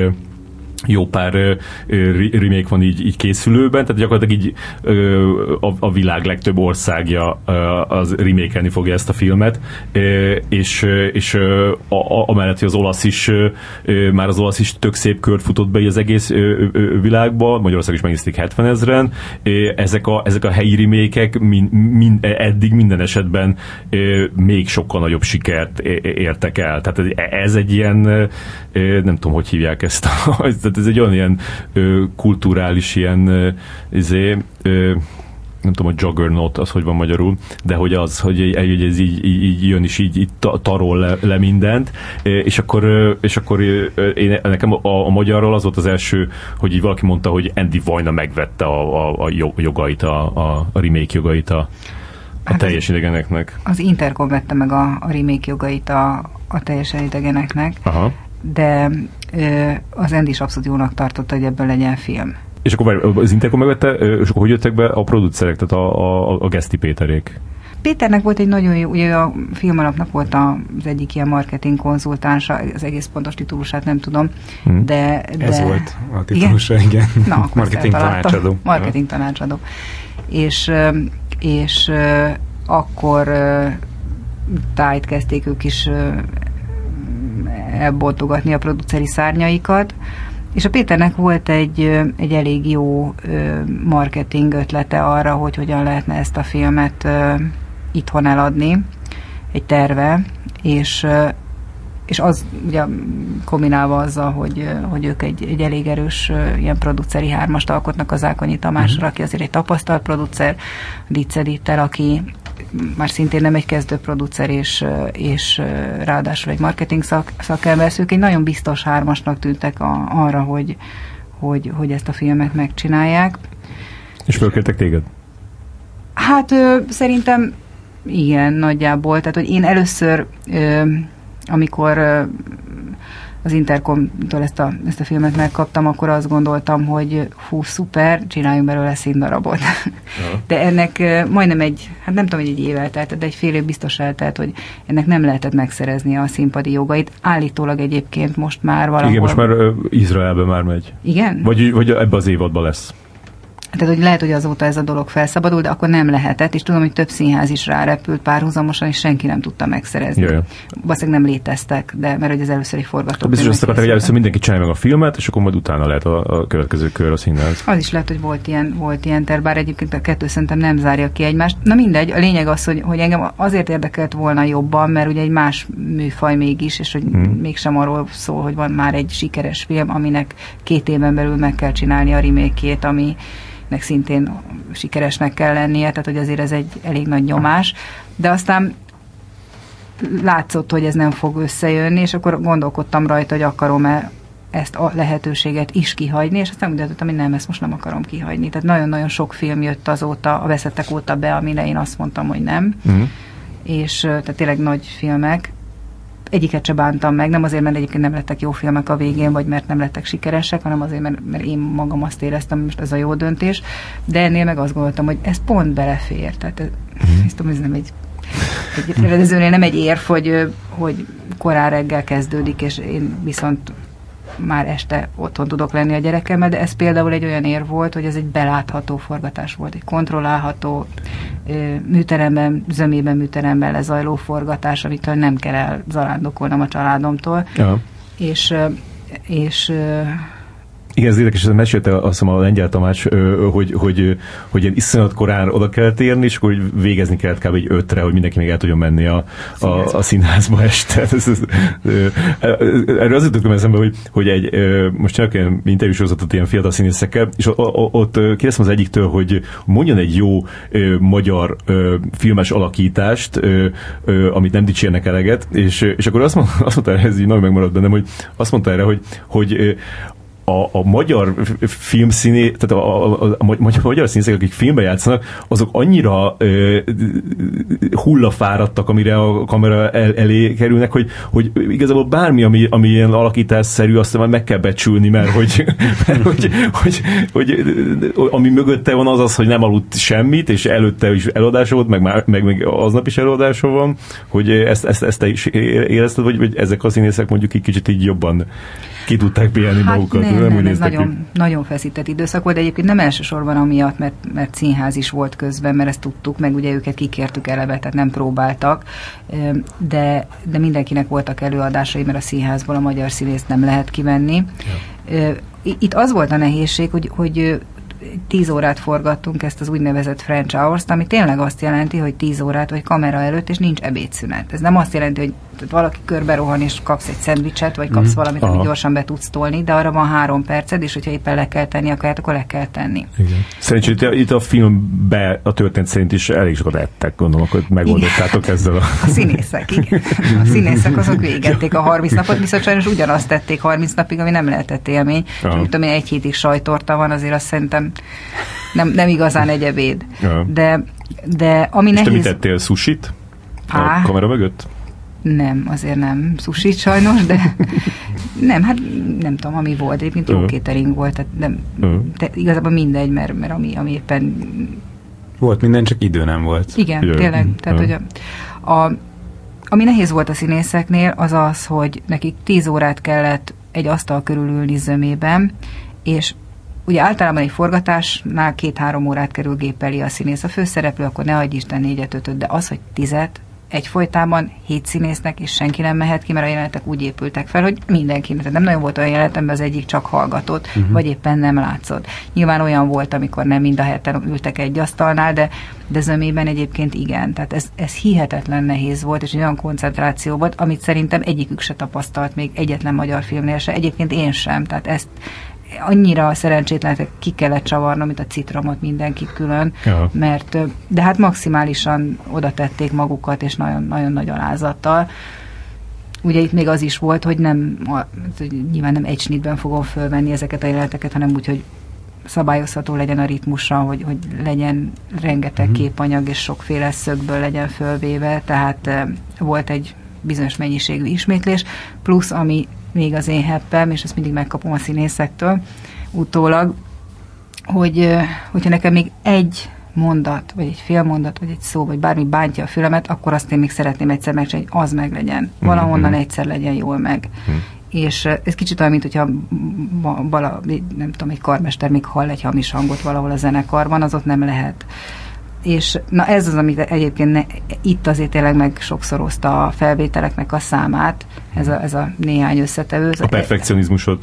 jó pár uh, remake van így, így készülőben, tehát gyakorlatilag így uh, a, a világ legtöbb országja uh, az remake-elni fogja ezt a filmet, uh, és, uh, és uh, a, a, amellett, hogy az olasz is uh, már az olasz is tök szép kört futott be az egész uh, uh, világba, Magyarország is megnézték hetvenezren, uh, ezek, a, ezek a helyi remake-ek min, min, eddig minden esetben uh, még sokkal nagyobb sikert értek el. Tehát ez egy ilyen, uh, nem tudom, hogy hívják ezt a ez egy olyan ilyen ö, kulturális ilyen ö, izé, ö, nem tudom, a juggernaut, az hogy van magyarul, de hogy az, hogy, hogy ez így, így, így jön, és így, így tarol le, le mindent, és akkor, és akkor én, nekem a, a magyarról az volt az első, hogy így valaki mondta, hogy Andy Vajna megvette a, a, a jogait, a, a, a remake jogait a, a hát teljes idegeneknek.
Az Intercom vette meg a, a remake jogait a, a teljes idegeneknek. Aha. De ö, az Andy is abszolút jónak tartotta, hogy ebből legyen film.
És akkor az Intercom megvette, és akkor hogy jöttek be a producerek, tehát a, a, a Geszti Péterék?
Péternek volt egy nagyon jó, ugye a Filmalapnak volt az egyik ilyen marketing konzultánsa, az egész pontos titulusát nem tudom, hmm. de, de...
Ez volt a titulusa, igen. igen.
Na,
marketing tanácsadó.
Marketing tanácsadó. És, és akkor tájt kezdték ők is elboltogatni a produceri szárnyaikat, és a Péternek volt egy, egy elég jó marketing ötlete arra, hogy hogyan lehetne ezt a filmet itthon eladni, egy terve, és, és az ugye kombinálva azzal, hogy, hogy ők egy, egy elég erős ilyen produceri hármast alkotnak az Ákonyi Tamásra, uh-huh. aki azért egy tapasztalt producer, Dietz Edittel, aki már szintén nem egy kezdő producer, és, és ráadásul egy marketing szak, szakember, ők egy nagyon biztos hármasnak tűntek a, arra, hogy, hogy, hogy ezt a filmet megcsinálják.
És fölkértek téged?
Hát ö, szerintem igen, nagyjából. Tehát, hogy én először, ö, amikor ö, az Intercomtól ezt a, ezt a filmet megkaptam, akkor azt gondoltam, hogy hú, szuper, csináljunk belőle színdarabot. Ja. De ennek uh, majdnem egy, hát nem tudom, hogy egy év eltelt, de egy fél év biztos eltelt, hogy ennek nem lehetett megszerezni a színpadi jogait. Állítólag egyébként most már valahol...
Igen, most már uh, Izraelben már megy.
Igen?
Vagy, vagy ebbe az évadban lesz.
Tehát, hogy lehet, hogy azóta ez a dolog felszabadul, de akkor nem lehetett, és tudom, hogy több színház is rárepült párhuzamosan, és senki nem tudta megszerezni. Jaj. Valószínűleg nem léteztek, de mert hogy ez először egy forgatókönyv.
Biztos azt akarták, hogy először mindenki csinálja meg a filmet, és akkor majd utána lehet a, a következő kör a színház.
Az is lehet, hogy volt ilyen, volt ilyen terv, bár egyébként a kettő szerintem nem zárja ki egymást. Na mindegy, a lényeg az, hogy, hogy engem azért érdekelt volna jobban, mert ugye egy más műfaj mégis, és hogy hmm. mégsem arról szól, hogy van már egy sikeres film, aminek két éven belül meg kell csinálni a remake-ét, ami nek szintén sikeresnek kell lennie, tehát hogy azért ez egy elég nagy nyomás, de aztán látszott, hogy ez nem fog összejönni, és akkor gondolkodtam rajta, hogy akarom-e ezt a lehetőséget is kihagyni, és aztán úgy döntöttem, hogy nem, ezt most nem akarom kihagyni. Tehát nagyon-nagyon sok film jött azóta, a Veszettek óta be, amire én azt mondtam, hogy nem. Uh-huh. És tehát tényleg nagy filmek. Egyiket se bántam meg, nem azért, mert egyébként nem lettek jó filmek a végén, vagy mert nem lettek sikeresek, hanem azért, mert, mert én magam azt éreztem, hogy most ez a jó döntés. De ennél meg azt gondoltam, hogy ez pont belefér. Tehát ez, uh-huh. ezt tudom, ez nem egy egy rendezőnél nem egy érv, hogy, hogy korán reggel kezdődik, és én viszont már este otthon tudok lenni a gyerekemmel, de ez például egy olyan érv volt, hogy ez egy belátható forgatás volt, egy kontrollálható műteremben, zömében műteremben lezajló forgatás, amitől nem kell elzarándokolnom a családomtól. Ja. És, és
igen, ez érdekes, ez mesélte azt hiszem a Lengyel Tamás, hogy, hogy, hogy ilyen iszonyat korán oda kellett érni, és akkor végezni kellett kb. Egy ötre, hogy mindenki még el tudjon menni a, a, a színházba este. Ez, ez, erről az jutott eszembe, hogy, hogy egy, most csinálok ilyen interjúsorozatot ilyen fiatal színészekkel, és ott kérdeztem az egyiktől, hogy mondjon egy jó magyar filmes alakítást, amit nem dicsérnek eleget, és, és akkor azt mondta, azt mondta erre, ez így nagyon megmaradt bennem, hogy azt mondta erre, hogy, hogy A, a magyar filmszíné, tehát a, a, a, a magyar színészek, akik filmben játszanak, azok annyira ö, hullafáradtak, amire a kamera el, elé kerülnek, hogy, hogy igazából bármi, ami, ami ilyen alakításszerű, azt már meg kell becsülni, mert hogy, mert hogy, hogy, hogy, hogy ami mögötte van az az, hogy nem aludt semmit, és előtte is eladása volt, meg, már, meg, meg aznap is eladása van, hogy ezt, ezt, ezt te is érezted, vagy, vagy ezek a színészek mondjuk egy kicsit így jobban ki tudták pihenni
hát
magukat.
Nem, nem, nem ez nagyon, nagyon feszített időszak volt, de egyébként nem elsősorban amiatt, mert, mert színház is volt közben, mert ezt tudtuk, meg ugye őket kikértük eleve, tehát nem próbáltak, de, de mindenkinek voltak előadásai, mert a színházból a magyar színészt nem lehet kivenni. Ja. Itt az volt a nehézség, hogy, hogy tíz órát forgattunk ezt az úgynevezett French Hours-t, ami tényleg azt jelenti, hogy tíz órát vagy kamera előtt, és nincs ebédszünet. Ez nem azt jelenti, hogy valaki körbe rohan, és kapsz egy szendvicset, vagy kapsz mm. valamit, amit gyorsan be tudsz tolni, de arra van három perced, és hogyha éppen le kell tenni a kaját, akkor le kell tenni.
Szerintem itt, itt a filmbe a történet szerint is elég sokat ettek, gondolom, hogy megoldottátok ezzel a...
A színészek, igen. A színészek azok végették a harminc napot, viszont sajnos ugyanazt tették harminc napig, ami nem lehetett élmény. És úgy tudom, egy hétig sajtorta van, azért azt szerintem nem, nem igazán egy ebéd. Ja. De, de ami
és
nehéz...
te mit tettél, sushit? A Á, kamera mögött?
Nem, azért nem sushit sajnos, de nem, hát nem tudom, ami volt. Egyébként jó catering volt, tehát nem, de igazából mindegy, mert, mert ami, ami éppen...
Volt minden, csak idő nem volt.
Igen, Jö. tényleg. Tehát, hogy a, a, ami nehéz volt a színészeknél, az az, hogy nekik tíz órát kellett egy asztal körül ülni zömében, és ugye általában egy forgatásnál két-három órát kerül gép elé a színész. A főszereplő, akkor ne adj Isten négyet, ötöt, de az, hogy tizet, egyfolytában hét színésznek, és senki nem mehet ki, mert a jelenetek úgy épültek fel, hogy mindenki, tehát nem nagyon volt olyan jelenet, amiben az egyik csak hallgatott, uh-huh. vagy éppen nem látszott. Nyilván olyan volt, amikor nem mind a heten ültek egy asztalnál, de, de zömében egyébként igen. Tehát ez, ez hihetetlen nehéz volt, és egy olyan koncentráció volt, amit szerintem egyikük se tapasztalt még egyetlen magyar filmnél se. Egyébként én sem. Tehát ezt annyira szerencsétlenek ki kellett csavarnom, mint a citromot mindenkit külön, ja. mert, de hát maximálisan oda tették magukat, és nagyon, nagyon nagy alázattal. Ugye itt még az is volt, hogy nem, nyilván nem egy snitben fogom fölvenni ezeket a jeleneteket, hanem úgy, hogy szabályozható legyen a ritmusa, hogy, hogy legyen rengeteg uh-huh. képanyag, és sokféle szögből legyen fölvéve, tehát volt egy bizonyos mennyiségű ismétlés, plusz ami még az én heppem, és ezt mindig megkapom a színészektől utólag, hogy hogyha nekem még egy mondat, vagy egy fél mondat, vagy egy szó, vagy bármi bántja a fülemet, akkor azt én még szeretném egyszer megcsinálni, hogy az meg legyen. Valahonnan egyszer legyen jól meg. Mm. És ez kicsit olyan, mint hogyha vala, nem tudom, egy karmester még hall egy hamis hangot valahol a zenekarban, az ott nem lehet. És na ez az, amit egyébként ne, itt azért tényleg meg sokszorozta a felvételeknek a számát, ez a, ez a néhány összetevő.
A perfekcionizmusod?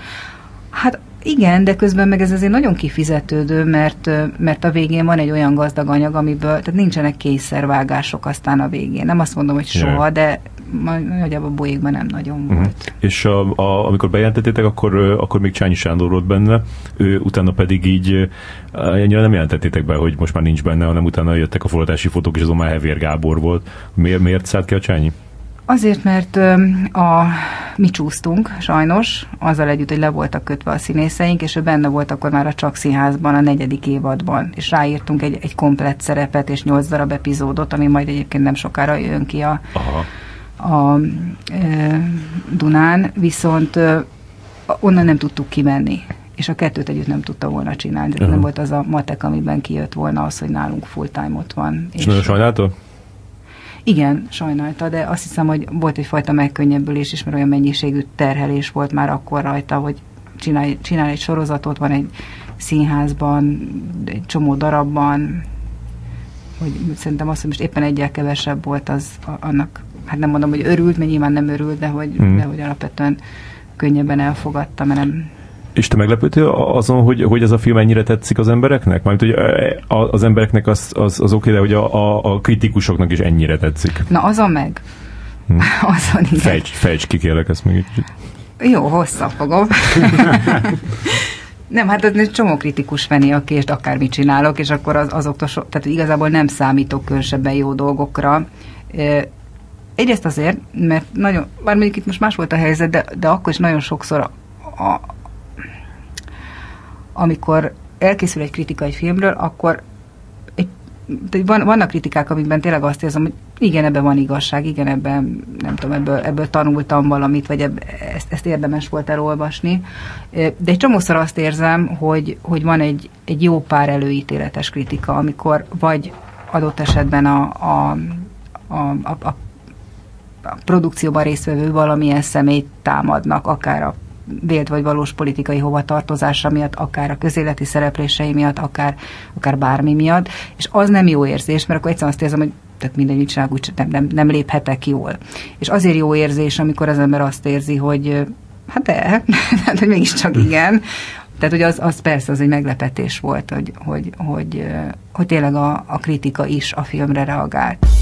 Hát igen, de közben meg ez azért nagyon kifizetődő, mert, mert a végén van egy olyan gazdag anyag, amiből, tehát nincsenek kényszervágások aztán a végén. Nem azt mondom, hogy soha, yeah. de nagyjából a Bolyékban nem nagyon volt. Uh-huh.
És a, a, amikor bejelentettétek, akkor, akkor még Csányi Sándor volt benne, ő, utána pedig így ennyire nem jelentettétek be, hogy most már nincs benne, hanem utána jöttek a forgatási fotók, és azon már Hevér Gábor volt. Miért, miért szállt ki a Csányi?
Azért, mert a, mi csúsztunk, sajnos, azzal együtt, hogy le voltak kötve a színészeink, és ő benne volt akkor már a Csak Színházban, a negyedik évadban, és ráírtunk egy, egy komplett szerepet, és nyolc darab epizódot, ami majd egyébként nem sokára jön ki a, a e, Dunán, viszont e, onnan nem tudtuk kimenni, és a kettőt együtt nem tudta volna csinálni. Uh-huh. Nem volt az a matek, amiben kijött volna az, hogy nálunk full time ott van.
És, és nagyon sajnálta?
Igen, sajnálta, de azt hiszem, hogy volt egyfajta megkönnyebbülés is, mert olyan mennyiségű terhelés volt már akkor rajta, hogy csinálj, csinálj egy sorozatot, van egy színházban, egy csomó darabban, hogy szerintem azt, hogy most éppen egyel kevesebb volt, az annak, hát nem mondom, hogy örült, mert nyilván nem örült, de hogy, hmm. de hogy alapvetően könnyebben elfogadta, mert nem...
És te meglepődtél azon, hogy, hogy ez a film ennyire tetszik az embereknek? Mármint, hogy az embereknek az, az, az oké, de hogy a, a, a kritikusoknak is ennyire tetszik.
Na, azon meg. Hm. Azon igen.
Fejts, fejts ki, kérlek ezt meg egy kicsit.
Jó, hosszabb fogom. Nem, hát egy csomó kritikus feni a kést, akármit csinálok, és akkor az, azoktól, so, tehát igazából nem számítok különösebben jó dolgokra. Egyrészt azért, mert nagyon, bár mondjuk itt most más volt a helyzet, de, de akkor is nagyon sokszor a, a amikor elkészül egy kritika egy filmről, akkor egy, van, vannak kritikák, amikben tényleg azt érzem, hogy igen, ebben van igazság, igen, ebben, nem tudom, ebből, ebből tanultam valamit, vagy ebb, ezt, ezt érdemes volt elolvasni. De egy csomószor azt érzem, hogy, hogy van egy, egy jó pár előítéletes kritika, amikor vagy adott esetben a, a, a, a, a, a produkcióban résztvevő valamilyen személyt támadnak, akár a vélt vagy valós politikai hovatartozása miatt, akár a közéleti szereplései miatt, akár, akár bármi miatt, és az nem jó érzés, mert akkor egyszerűen azt érzem, hogy tehát minden mit csinálok, úgy nem, nem, nem léphetek jól. És azért jó érzés, amikor az ember azt érzi, hogy hát de, hát, hogy mégiscsak igen. Tehát, hogy az, az persze az egy meglepetés volt, hogy, hogy, hogy, hogy tényleg a, a kritika is a filmre reagált.